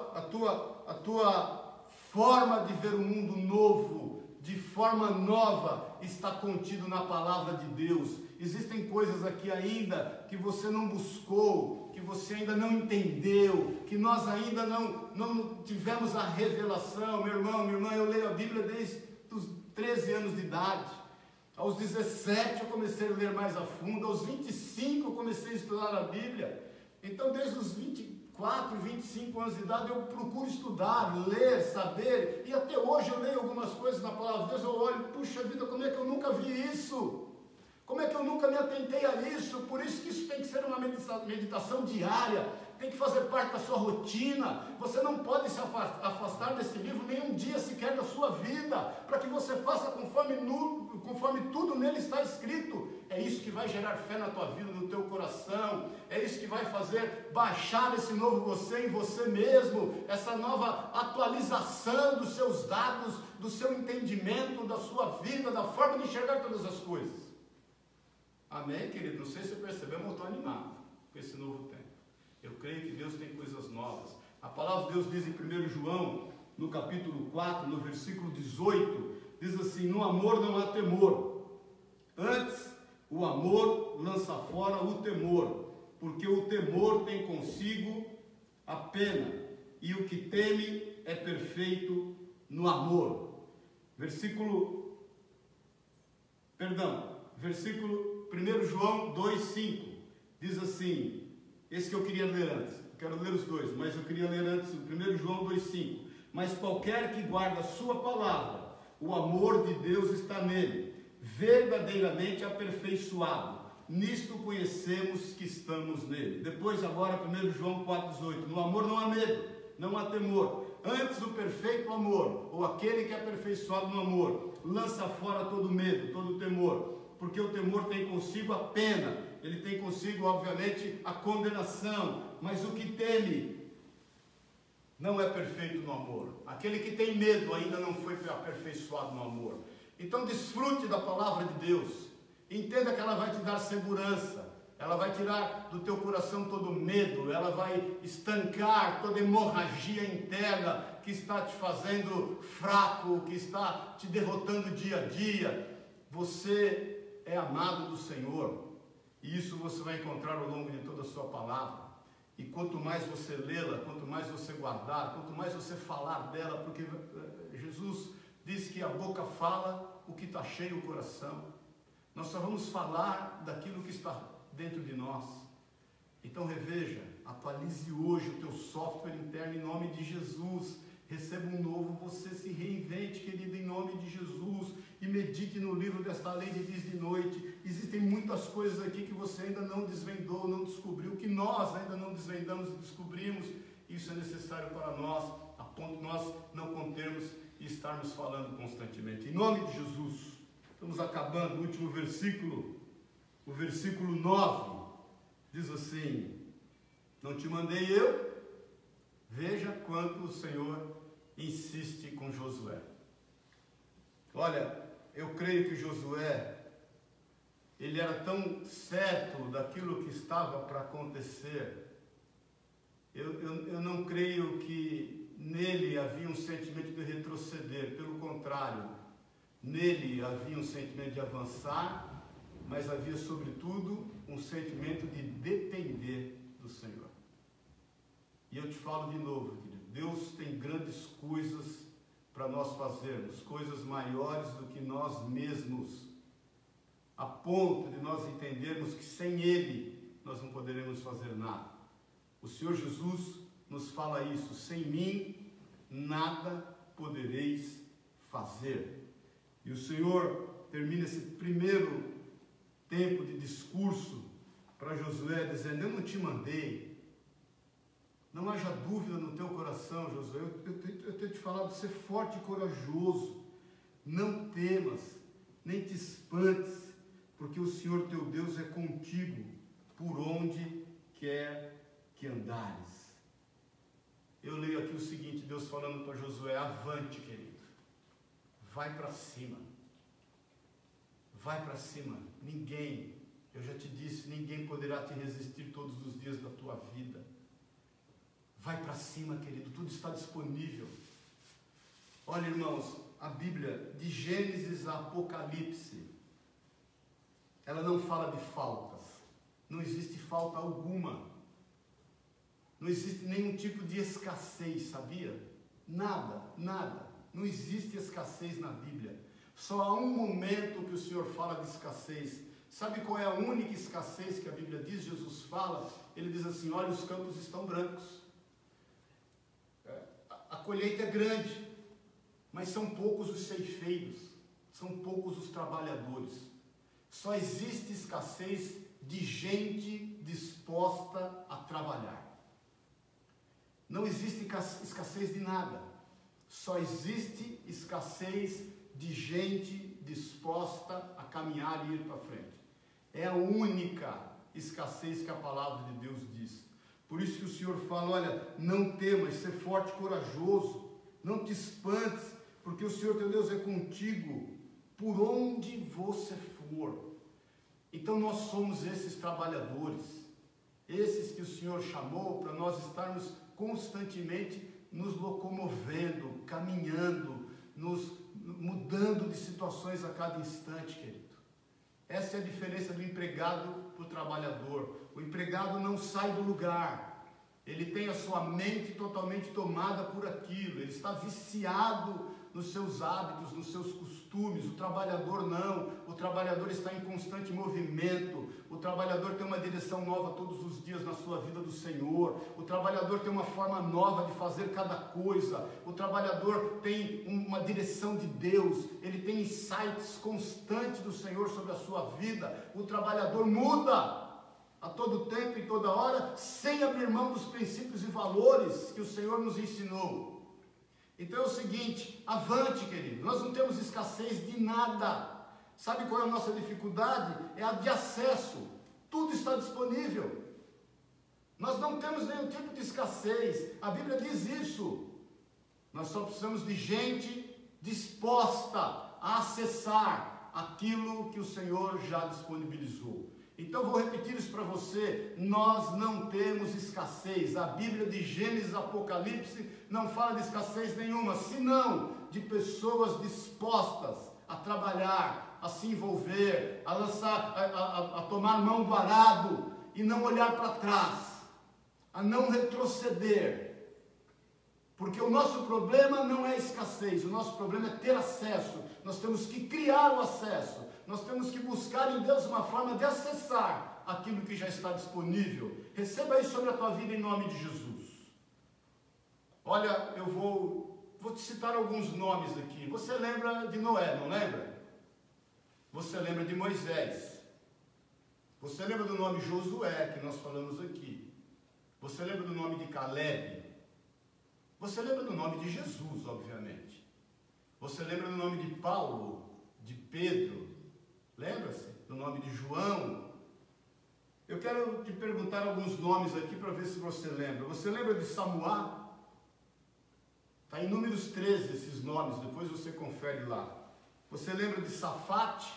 tua forma de ver o mundo novo, de forma nova, está contido na palavra de Deus. Existem coisas aqui ainda que você não buscou, que você ainda não entendeu, que nós ainda não tivemos a revelação. Meu irmão, minha irmã, eu leio a Bíblia desde os 13 anos de idade. Aos 17 eu comecei a ler mais a fundo, aos 25 eu comecei a estudar a Bíblia. Então desde os 24, 25 anos de idade eu procuro estudar, ler, saber, e até hoje eu leio algumas coisas na palavra de Deus, eu olho, puxa vida, como é que eu nunca vi isso? Como é que eu nunca me atentei a isso? Por isso que isso tem que ser uma meditação diária, tem que fazer parte da sua rotina. Você não pode se afastar desse livro nem um dia sequer da sua vida, para que você faça conforme tudo nele está escrito. É isso que vai gerar fé na tua vida, no teu coração. É isso que vai fazer baixar esse novo você em você mesmo, essa nova atualização dos seus dados, do seu entendimento, da sua vida, da forma de enxergar todas as coisas. Amém, querido? Não sei se você percebeu, mas eu estou animado com esse novo tempo. Eu creio que Deus tem coisas novas. A palavra de Deus diz em 1 João, no capítulo 4, no versículo 18, diz assim: no amor não há temor. Antes, o amor lança fora o temor, porque o temor tem consigo a pena, e o que teme é perfeito no amor. Versículo 1 João 2,5, diz assim, esse que eu queria ler antes, eu quero ler os dois, mas eu queria ler antes, 1 João 2,5, mas qualquer que guarda a sua palavra, o amor de Deus está nele, verdadeiramente aperfeiçoado, nisto conhecemos que estamos nele. Depois agora 1 João 4,18, no amor não há medo, não há temor, antes o perfeito amor, ou aquele que é aperfeiçoado no amor, lança fora todo medo, todo temor, porque o temor tem consigo a pena, ele tem consigo obviamente a condenação, mas o que teme não é perfeito no amor. Aquele que tem medo ainda não foi aperfeiçoado no amor. Então desfrute da palavra de Deus, entenda que ela vai te dar segurança, ela vai tirar do teu coração todo medo, ela vai estancar toda hemorragia interna que está te fazendo fraco, que está te derrotando dia a dia. Você é amado do Senhor, e isso você vai encontrar ao longo de toda a sua palavra. E quanto mais você lê-la, quanto mais você guardar, quanto mais você falar dela, porque Jesus disse que a boca fala o que está cheio o coração. Nós só vamos falar daquilo que está dentro de nós. Então reveja, atualize hoje o teu software interno em nome de Jesus. Receba um novo, você se reinvente, querido, em nome de Jesus, e medite no livro desta lei de dia e de noite. Existem muitas coisas aqui que você ainda não desvendou, não descobriu, que nós ainda não desvendamos e descobrimos. Isso é necessário para nós, a ponto de nós não contermos e estarmos falando constantemente. Em nome de Jesus, estamos acabando. O último versículo, o versículo 9, diz assim: não te mandei eu? Veja quanto o Senhor insiste com Josué. Olha, eu creio que Josué, ele era tão certo daquilo que estava para acontecer. Eu não creio que nele havia um sentimento de retroceder, pelo contrário, nele havia um sentimento de avançar, mas havia sobretudo um sentimento de depender do Senhor. E eu te falo de novo, querido, Deus tem grandes coisas para nós fazermos, coisas maiores do que nós mesmos, a ponto de nós entendermos que sem Ele nós não poderemos fazer nada. O Senhor Jesus nos fala isso: sem mim nada podereis fazer. E o Senhor termina esse primeiro tempo de discurso para Josué dizendo: eu não te mandei. Não haja dúvida no teu coração, Josué. Eu tenho te falado de ser forte e corajoso. Não temas, nem te espantes, porque o Senhor teu Deus é contigo, por onde quer que andares. Eu leio aqui o seguinte, Deus falando para Josué: avante, querido. Vai para cima. Vai para cima. Ninguém, eu já te disse, ninguém poderá te resistir todos os dias da tua vida. Vai para cima, querido, tudo está disponível. Olha, irmãos, a Bíblia, de Gênesis a Apocalipse, ela não fala de faltas. Não existe falta alguma. Não existe nenhum tipo de escassez, sabia? Nada, nada. Não existe escassez na Bíblia. Só há um momento que o Senhor fala de escassez. Sabe qual é a única escassez que a Bíblia diz? Jesus fala, ele diz assim: olha, os campos estão brancos. A colheita é grande, mas são poucos os ceifeiros, são poucos os trabalhadores. Só existe escassez de gente disposta a trabalhar. Não existe escassez de nada. Só existe escassez de gente disposta a caminhar e ir para frente. É a única escassez que a palavra de Deus diz. Por isso que o Senhor fala: olha, não temas, ser forte e corajoso, não te espantes, porque o Senhor teu Deus é contigo, por onde você for. Então nós somos esses trabalhadores, esses que o Senhor chamou para nós estarmos constantemente nos locomovendo, caminhando, nos mudando de situações a cada instante, querido. Essa é a diferença do empregado para o trabalhador. O empregado não sai do lugar. Ele tem a sua mente totalmente tomada por aquilo. Ele está viciado nos seus hábitos, nos seus costumes. O trabalhador não. O trabalhador está em constante movimento. O trabalhador tem uma direção nova todos os dias na sua vida do Senhor. O trabalhador tem uma forma nova de fazer cada coisa. O trabalhador tem uma direção de Deus. Ele tem insights constantes do Senhor sobre a sua vida. O trabalhador muda a todo tempo e toda hora, sem abrir mão dos princípios e valores que o Senhor nos ensinou. Então é o seguinte, avante, querido, nós não temos escassez de nada. Sabe qual é a nossa dificuldade? É a de acesso. Tudo está disponível. Nós não temos nenhum tipo de escassez. A Bíblia diz isso. Nós só precisamos de gente disposta a acessar aquilo que o Senhor já disponibilizou. Então vou repetir isso para você, nós não temos escassez. A Bíblia de Gênesis e Apocalipse não fala de escassez nenhuma, senão de pessoas dispostas a trabalhar, a se envolver, a lançar, a tomar mão do arado e não olhar para trás, a não retroceder. Porque o nosso problema não é escassez, o nosso problema é ter acesso. Nós temos que criar o acesso. Nós temos que buscar em Deus uma forma de acessar aquilo que já está disponível. Receba isso sobre a tua vida em nome de Jesus. Olha, eu vou te citar alguns nomes aqui. Você lembra de Noé, não lembra? Você lembra de Moisés. Você lembra do nome Josué, que nós falamos aqui. Você lembra do nome de Caleb. Você lembra do nome de Jesus, obviamente. Você lembra do nome de Paulo, de Pedro. Lembra-se do nome de João? Eu quero te perguntar alguns nomes aqui para ver se você lembra. Você lembra de Samuá? Está em Números 13 esses nomes, depois você confere lá. Você lembra de Safate?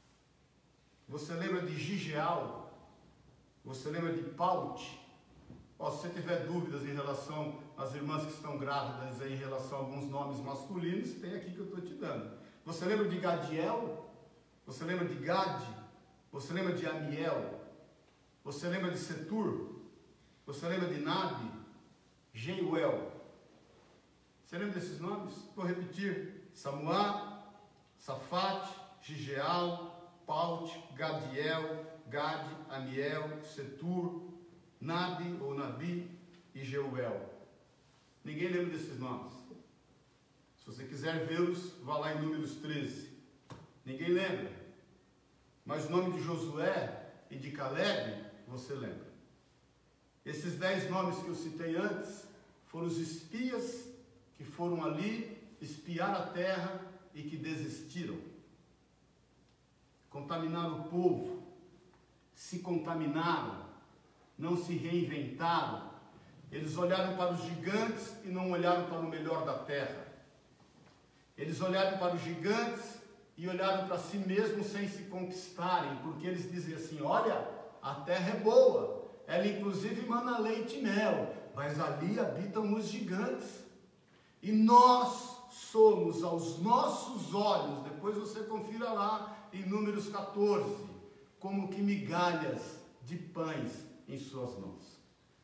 Você lembra de Gigeal? Você lembra de Paute? Se você tiver dúvidas em relação às irmãs que estão grávidas, aí, em relação a alguns nomes masculinos, tem aqui que eu estou te dando. Você lembra de Gadiel? Você lembra de Gade? Você lembra de Amiel? Você lembra de Setur? Você lembra de Nabi? Jeuel? Você lembra desses nomes? Vou repetir. Samuá, Safate, Gigeal, Paute, Gadiel, Gade, Amiel, Setur, Nabi ou Nabi e Jeuel. Ninguém lembra desses nomes. Se você quiser vê-los, vá lá em Números 13. Ninguém lembra. Mas o nome de Josué e de Caleb, você lembra. Esses 10 nomes que eu citei antes, foram os espias que foram ali espiar a terra e que desistiram. Contaminaram o povo, se contaminaram, não se reinventaram. Eles olharam para os gigantes e não olharam para o melhor da terra. Eles olharam para os gigantes e olharam para si mesmos sem se conquistarem, porque eles dizem assim: olha, a terra é boa, ela inclusive mana leite e mel, mas ali habitam os gigantes. E nós somos aos nossos olhos, depois você confira lá em Números 14, como que migalhas de pães em suas mãos.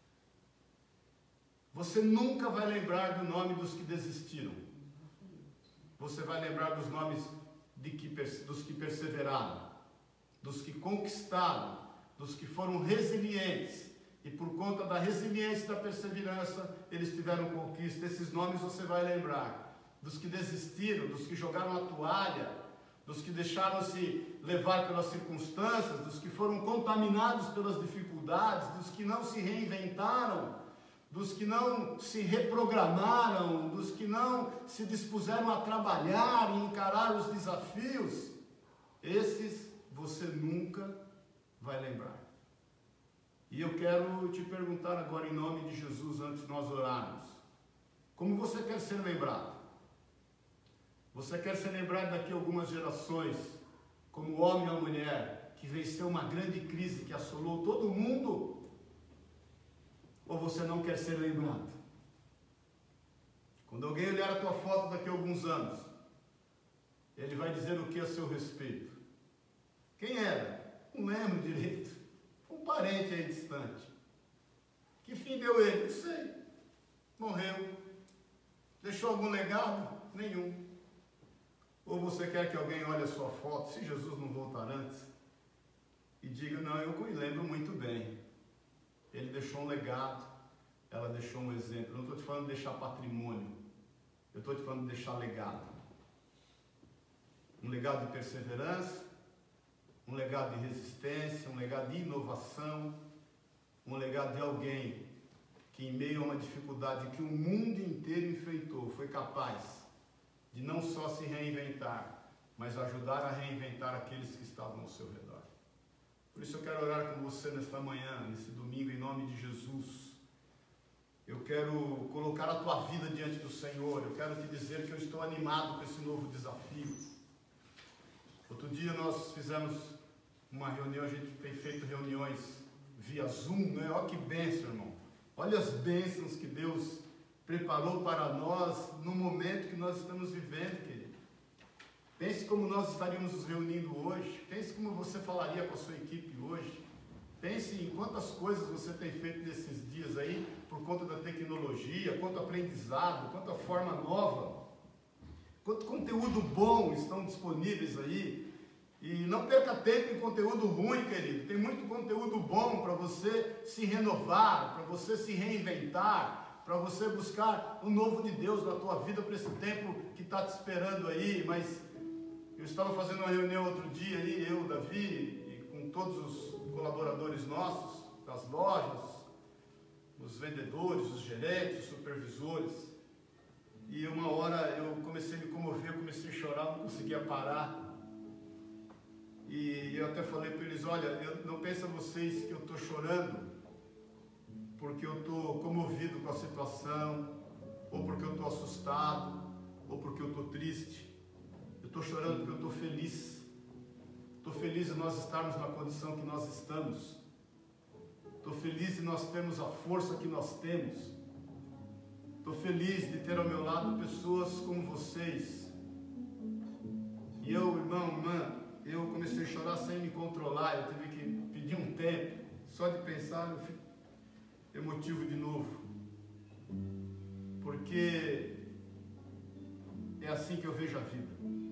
Você nunca vai lembrar do nome dos que desistiram. Você vai lembrar dos nomes dos que perseveraram, dos que conquistaram, dos que foram resilientes. E por conta da resiliência e da perseverança, eles tiveram conquista. Esses nomes você vai lembrar. Dos que desistiram, dos que jogaram a toalha, dos que deixaram-se levar pelas circunstâncias, dos que foram contaminados pelas dificuldades, dos que não se reinventaram, dos que não se reprogramaram, dos que não se dispuseram a trabalhar e encarar os desafios. Esses você nunca vai lembrar. E eu quero te perguntar agora em nome de Jesus, antes de nós orarmos, como você quer ser lembrado? Você quer ser lembrado daqui a algumas gerações, como o homem ou a mulher que venceu uma grande crise que assolou todo mundo? Ou você não quer ser lembrado? Quando alguém olhar a tua foto daqui a alguns anos, ele vai dizer o que a seu respeito? Quem era? Não lembro direito. Um parente aí distante. Que fim deu ele? Não sei. Morreu. Deixou algum legado? Nenhum. Ou você quer que alguém olhe a sua foto, se Jesus não voltar antes, e diga, não, eu me lembro muito bem. Ele deixou um legado, ela deixou um exemplo. Eu não estou te falando de deixar patrimônio, eu estou te falando de deixar legado. Um legado de perseverança, um legado de resistência, um legado de inovação, um legado de alguém que em meio a uma dificuldade que o mundo inteiro enfrentou, foi capaz de não só se reinventar, mas ajudar a reinventar aqueles que estavam ao seu redor. Por isso eu quero orar com você nesta manhã, nesse domingo, em nome de Jesus. Eu quero colocar a tua vida diante do Senhor. Eu quero te dizer que eu estou animado com esse novo desafio. Outro dia nós fizemos uma reunião, a gente tem feito reuniões via Zoom, né? Olha que bênção, irmão. Olha as bênçãos que Deus preparou para nós no momento que nós estamos vivendo, querido. Pense como nós estaríamos nos reunindo hoje. Pense como você falaria com a sua equipe hoje. Pense em quantas coisas você tem feito nesses dias aí, por conta da tecnologia, quanto aprendizado, quanta forma nova, quanto conteúdo bom estão disponíveis aí. E não perca tempo em conteúdo ruim, querido. Tem muito conteúdo bom para você se renovar, para você se reinventar, para você buscar o novo de Deus na tua vida para esse tempo que está te esperando aí. Mas eu estava fazendo uma reunião outro dia aí, eu, Davi, e com todos os colaboradores nossos, das lojas, os vendedores, os gerentes, os supervisores. E uma hora eu comecei a me comover, eu comecei a chorar, não conseguia parar. E eu até falei para eles, olha, eu não pensem vocês que eu estou chorando porque eu estou comovido com a situação, ou porque eu estou assustado, ou porque eu estou triste. Eu estou chorando porque eu estou feliz. Estou feliz de nós estarmos na condição que nós estamos. Estou feliz de nós termos a força que nós temos. Estou feliz de ter ao meu lado pessoas como vocês. E eu, irmão, irmã, eu comecei a chorar sem me controlar. Eu tive que pedir um tempo. Só de pensar eu fico emotivo de novo. Porque é assim que eu vejo a vida.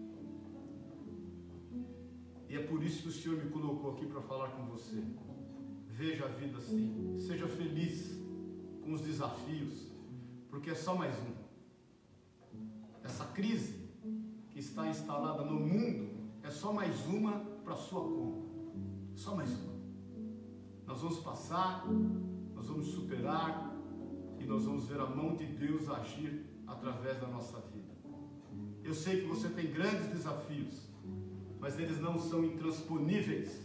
E é por isso que o Senhor me colocou aqui para falar com você. Veja a vida assim. Seja feliz com os desafios, porque é só mais um. Essa crise que está instalada no mundo é só mais uma para a sua conta. Só mais uma. Nós vamos passar, nós vamos superar e nós vamos ver a mão de Deus agir através da nossa vida. Eu sei que você tem grandes desafios, mas eles não são intransponíveis.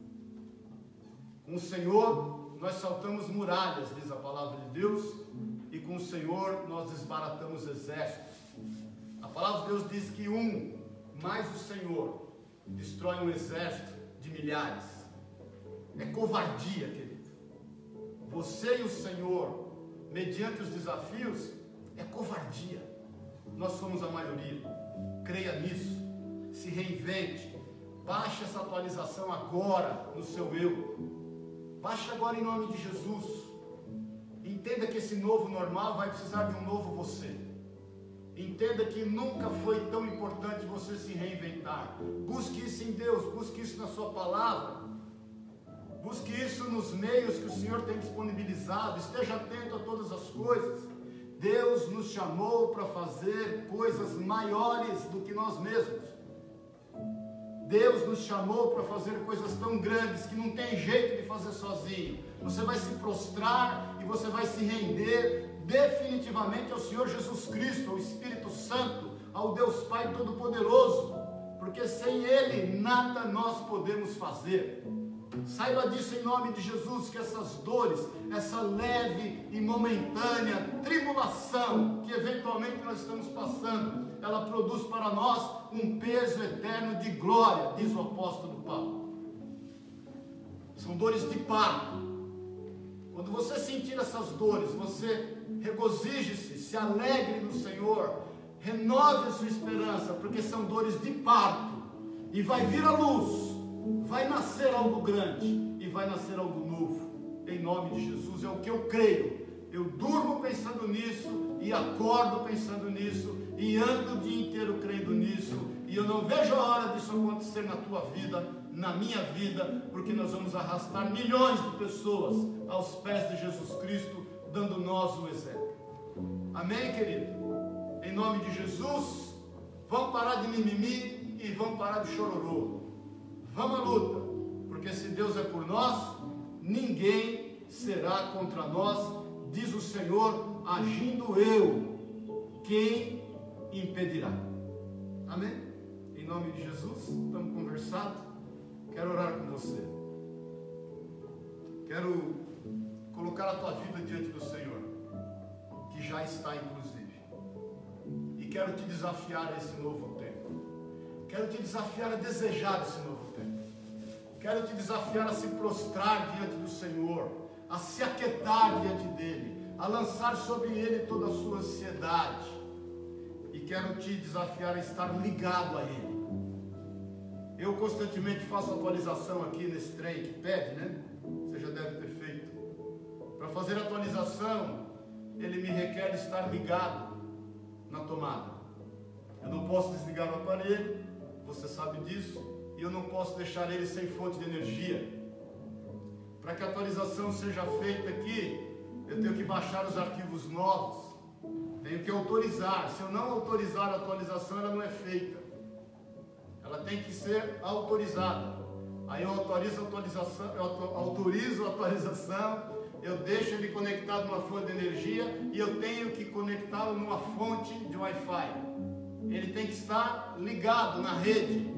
Com o Senhor nós saltamos muralhas, diz a palavra de Deus, e com o Senhor nós desbaratamos exércitos. A palavra de Deus diz que mais o Senhor destrói um exército de milhares. É covardia, querido. Você e o Senhor, mediante os desafios, é covardia. Nós somos a maioria. Creia nisso. Se reinvente. Baixe essa atualização agora no seu eu. Baixe agora em nome de Jesus. Entenda que esse novo normal vai precisar de um novo você. Entenda que nunca foi tão importante você se reinventar. Busque isso em Deus, busque isso na sua palavra. Busque isso nos meios que o Senhor tem disponibilizado. Esteja atento a todas as coisas. Deus nos chamou para fazer coisas maiores do que nós mesmos. Deus nos chamou para fazer coisas tão grandes que não tem jeito de fazer sozinho. Você vai se prostrar e você vai se render definitivamente ao Senhor Jesus Cristo, ao Espírito Santo, ao Deus Pai Todo-Poderoso, porque sem Ele nada nós podemos fazer. Saiba disso em nome de Jesus, que essas dores, essa leve e momentânea tribulação que eventualmente nós estamos passando, ela produz para nós um peso eterno de glória, diz o apóstolo Paulo. São dores de parto. Quando você sentir essas dores, você regozije-se, se alegre no Senhor, renove a sua esperança, porque são dores de parto, e vai vir a luz, vai nascer algo grande, e vai nascer algo novo, em nome de Jesus. É o que eu creio. Eu durmo pensando nisso, e acordo pensando nisso, e ando o dia inteiro crendo nisso, e eu não vejo a hora disso acontecer na tua vida, na minha vida, porque nós vamos arrastar milhões de pessoas aos pés de Jesus Cristo, dando nós o exemplo. Amém, querido? Em nome de Jesus, vamos parar de mimimi e vamos parar de chororô. Vamos à luta, porque se Deus é por nós, ninguém será contra nós, diz o Senhor, agindo eu, quem impedirá? Amém? Em nome de Jesus, estamos conversados. Quero orar com você. Quero colocar a tua vida diante do Senhor, que já está inclusive. E quero te desafiar a esse novo tempo. Quero te desafiar a desejar esse novo tempo. Quero te desafiar a se prostrar diante do Senhor, a se aquietar diante dEle, a lançar sobre Ele toda a sua ansiedade. E quero te desafiar a estar ligado a Ele. Eu constantemente faço atualização aqui nesse trem que pede, né? Você já deve ter feito. Para fazer a atualização, ele me requer estar ligado na tomada. Eu não posso desligar o aparelho, você sabe disso, e eu não posso deixar ele sem fonte de energia. Para que a atualização seja feita aqui, eu tenho que baixar os arquivos novos, tenho que autorizar. Se eu não autorizar a atualização, ela não é feita. Ela tem que ser autorizada. Aí eu autorizo a atualização, eu deixo ele conectado numa fonte de energia e eu tenho que conectá-lo numa fonte de Wi-Fi. Ele tem que estar ligado na rede.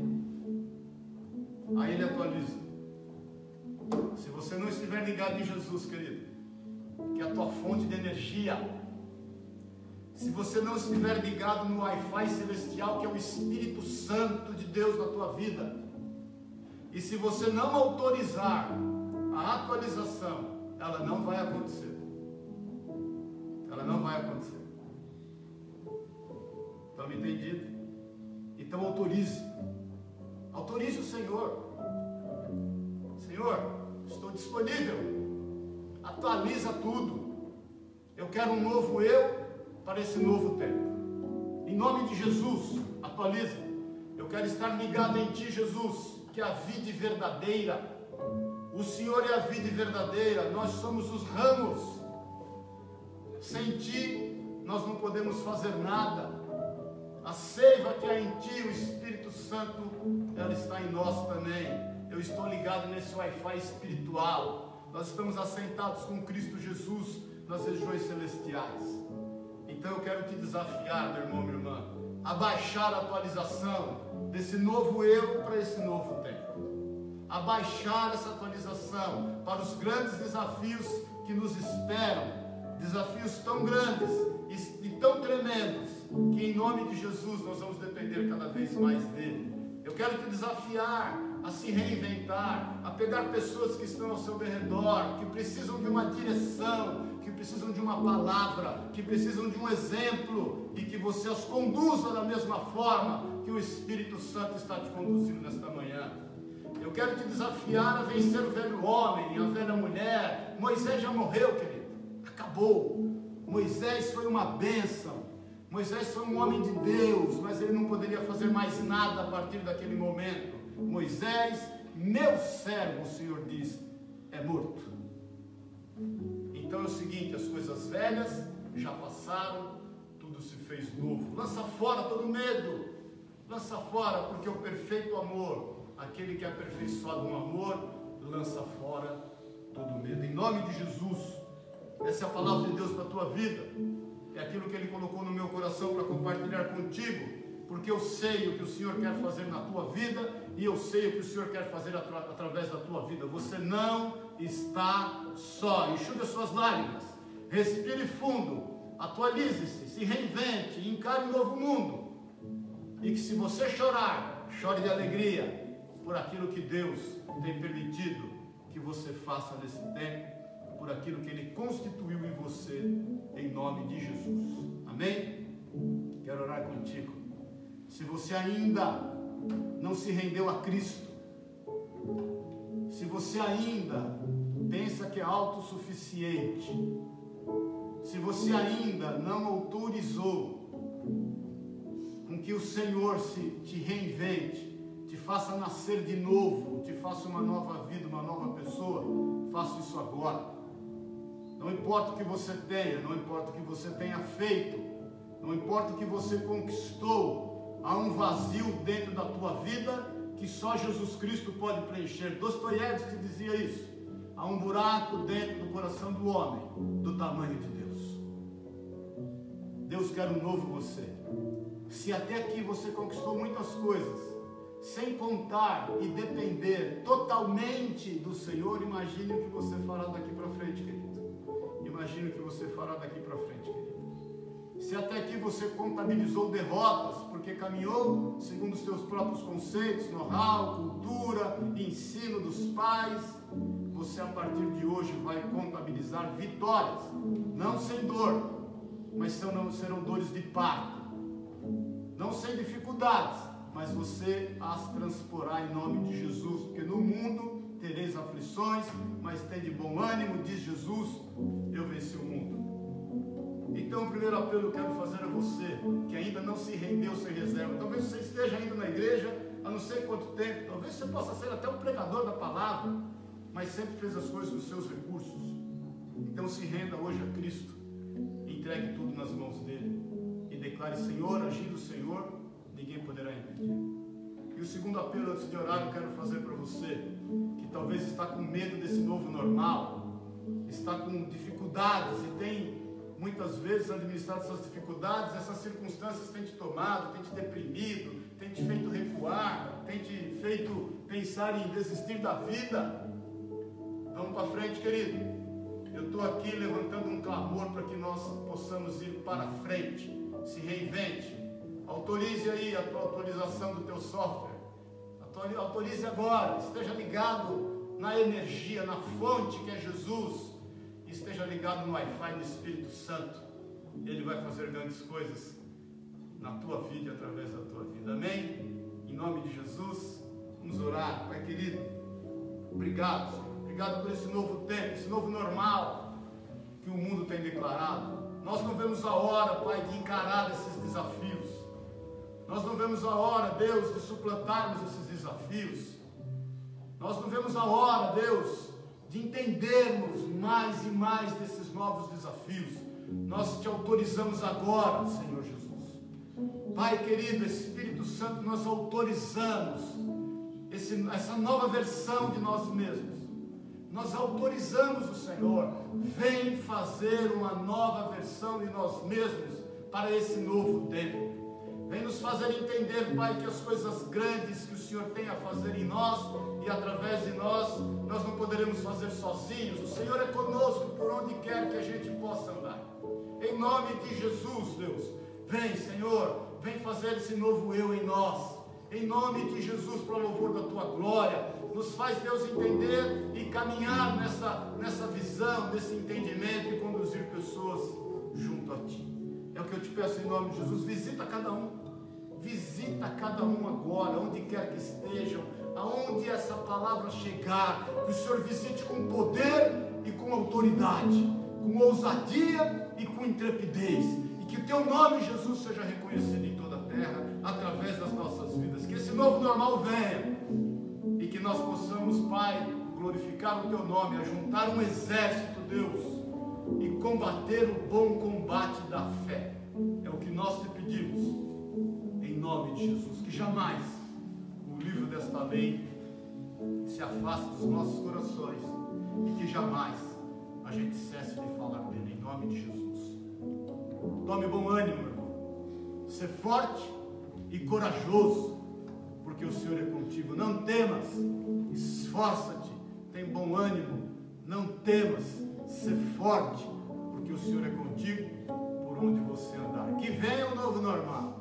Aí ele atualiza. Se você não estiver ligado em Jesus, querido, que é a tua fonte de energia, se você não estiver ligado no Wi-Fi celestial, que é o Espírito Santo de Deus na tua vida, e se você não autorizar a atualização, ela não vai acontecer. Ela não vai acontecer. Estão me entendido? Então autorize. Autorize o Senhor. Senhor, estou disponível. Atualiza tudo. Eu quero um novo eu para esse novo tempo. Em nome de Jesus, atualiza. Eu quero estar ligado em Ti, Jesus, que é a vide verdadeira. O Senhor é a vide verdadeira, nós somos os ramos. Sem Ti, nós não podemos fazer nada. A seiva que há em Ti, o Espírito Santo, ela está em nós também. Eu estou ligado nesse Wi-Fi espiritual. Nós estamos assentados com Cristo Jesus nas regiões celestiais. Então eu quero te desafiar, meu irmão, minha irmã, a baixar a atualização desse novo eu para esse novo tempo. A baixar essa atualização para os grandes desafios que nos esperam. Desafios tão grandes e tão tremendos que em nome de Jesus nós vamos depender cada vez mais dele. Eu quero te desafiar a se reinventar, a pegar pessoas que estão ao seu redor, que precisam de uma direção, que precisam de uma palavra, que precisam de um exemplo, e que você as conduza da mesma forma que o Espírito Santo está te conduzindo nesta manhã. Eu quero te desafiar a vencer o velho homem, a velha mulher. Moisés já morreu, querido, acabou. Moisés foi uma bênção. Moisés foi um homem de Deus, mas ele não poderia fazer mais nada a partir daquele momento. Moisés, meu servo, o Senhor diz, é morto. Então é o seguinte, as coisas velhas já passaram, tudo se fez novo. Lança fora todo medo, lança fora, porque o perfeito amor, aquele que é aperfeiçoado no amor, lança fora todo medo. Em nome de Jesus, essa é a palavra de Deus para a tua vida. É aquilo que Ele colocou no meu coração para compartilhar contigo, porque eu sei o que o Senhor quer fazer na tua vida, e eu sei o que o Senhor quer fazer através da tua vida. Você não está só. Enxugue as suas lágrimas, respire fundo, atualize-se, se reinvente, encare um novo mundo, e que se você chorar, chore de alegria por aquilo que Deus tem permitido que você faça nesse tempo, por aquilo que Ele constituiu em você, em nome de Jesus. Amém? Quero orar contigo. Se você ainda não se rendeu a Cristo, se você ainda pensa que é autossuficiente, se você ainda não autorizou com que o Senhor te reinvente, te faça nascer de novo, te faça uma nova vida, uma nova pessoa, faça isso agora. Não importa o que você tenha, não importa o que você tenha feito, não importa o que você conquistou, há um vazio dentro da tua vida que só Jesus Cristo pode preencher. Dostoiévski dizia isso. Há um buraco dentro do coração do homem, do tamanho de Deus. Deus quer um novo você. Se até aqui você conquistou muitas coisas, sem contar e depender totalmente do Senhor, imagine o que você fará daqui para frente, querido. Imagine o que você fará daqui para frente, querido. Se até aqui você contabilizou derrotas, porque caminhou segundo os seus próprios conceitos, know-how, cultura, ensino dos pais, você a partir de hoje vai contabilizar vitórias, não sem dor, mas serão dores de parto, não sem dificuldades, mas você as transporá em nome de Jesus, porque no mundo tereis aflições, mas tende bom ânimo, diz Jesus, eu venci o mundo. Então o primeiro apelo que eu quero fazer a você, que ainda não se rendeu sem reserva, talvez você esteja ainda na igreja há não sei quanto tempo, talvez você possa ser até um pregador da palavra, mas sempre fez as coisas dos seus recursos. Então se renda hoje a Cristo, entregue tudo nas mãos dele e declare: Senhor, agindo o Senhor, ninguém poderá impedir. E o segundo apelo antes de orar eu quero fazer para você, que talvez está com medo desse novo normal, está com dificuldades e tem muitas vezes administrado essas dificuldades, essas circunstâncias têm te tomado, têm te deprimido, têm te feito recuar, têm te feito pensar em desistir da vida. Vamos para frente, querido. Eu estou aqui levantando um clamor para que nós possamos ir para frente. Se reinvente. Autorize aí a tua atualização do teu software. Autorize agora. Esteja ligado na energia, na fonte que é Jesus. Esteja ligado no Wi-Fi do Espírito Santo. Ele vai fazer grandes coisas na tua vida e através da tua vida. Amém? Em nome de Jesus, vamos orar. Pai querido, obrigado, Senhor. Obrigado por esse novo tempo, esse novo normal que o mundo tem declarado. Nós não vemos a hora, Pai, de encarar esses desafios. Nós não vemos a hora, Deus, de suplantarmos esses desafios. Nós não vemos a hora, Deus, de entendermos mais e mais desses novos desafios. Nós te autorizamos agora, Senhor Jesus. Pai querido, Espírito Santo, nós autorizamos essa nova versão de nós mesmos. Nós autorizamos o Senhor, vem fazer uma nova versão de nós mesmos para esse novo tempo. Vem nos fazer entender, Pai, que as coisas grandes que o Senhor tem a fazer em nós e através de nós, nós não poderemos fazer sozinhos. O Senhor é conosco por onde quer que a gente possa andar. Em nome de Jesus, Deus, vem, Senhor, vem fazer esse novo eu em nós. Em nome de Jesus, para o louvor da Tua glória. Nos faz, Deus, entender e caminhar nessa visão, nesse entendimento e conduzir pessoas junto a Ti. É o que eu te peço em nome de Jesus. Visita cada um agora, onde quer que estejam, aonde essa palavra chegar, que o Senhor visite com poder e com autoridade, com ousadia e com intrepidez, e que o Teu nome, Jesus, seja reconhecido em toda a terra, através das nossas vidas, que esse novo normal venha, e que nós possamos, Pai, glorificar o Teu nome, ajuntar um exército, Deus, e combater o bom combate da fé. É o que nós te pedimos, em nome de Jesus. Que jamais o livro desta lei se afaste dos nossos corações e que jamais a gente cesse de falar dele, em nome de Jesus. Tome bom ânimo, meu irmão. Ser forte e corajoso, porque o Senhor é contigo. Não temas, esforça-te, tem bom ânimo, não temas, ser forte, porque o Senhor é contigo por onde você andar. Que venha o novo normal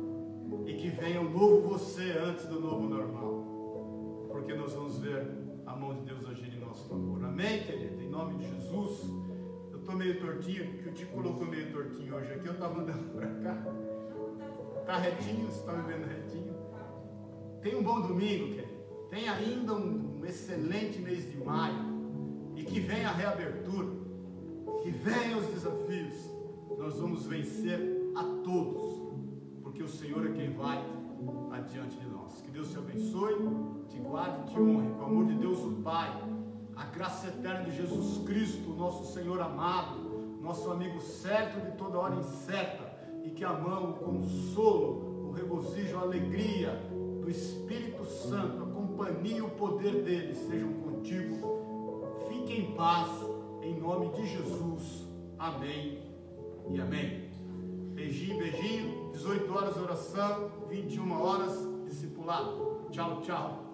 e que venha o novo você antes do novo normal, porque nós vamos ver a mão de Deus agir em nosso favor. Amém, querido? Em nome de Jesus. Eu estou meio tortinho, que o Tico colocou meio tortinho hoje aqui, eu estava andando para cá. Está retinho? Você está me vendo retinho? Tenha um bom domingo, querido. Tenha ainda um excelente mês de maio. E que venha a reabertura. Que venham os desafios. Nós vamos vencer a todos. Porque o Senhor é quem vai adiante de nós. Que Deus te abençoe, te guarde e te honre. Com o amor de Deus o Pai, a graça eterna de Jesus Cristo, nosso Senhor amado, nosso amigo certo de toda hora incerta, e que a mão, o consolo, o regozijo, a alegria do Espírito Santo, a companhia e o poder dele sejam contigo. Fique em paz, em nome de Jesus. Amém e amém. Beijinho, beijinho. 18 horas oração, 21 horas discipulado. Tchau, tchau.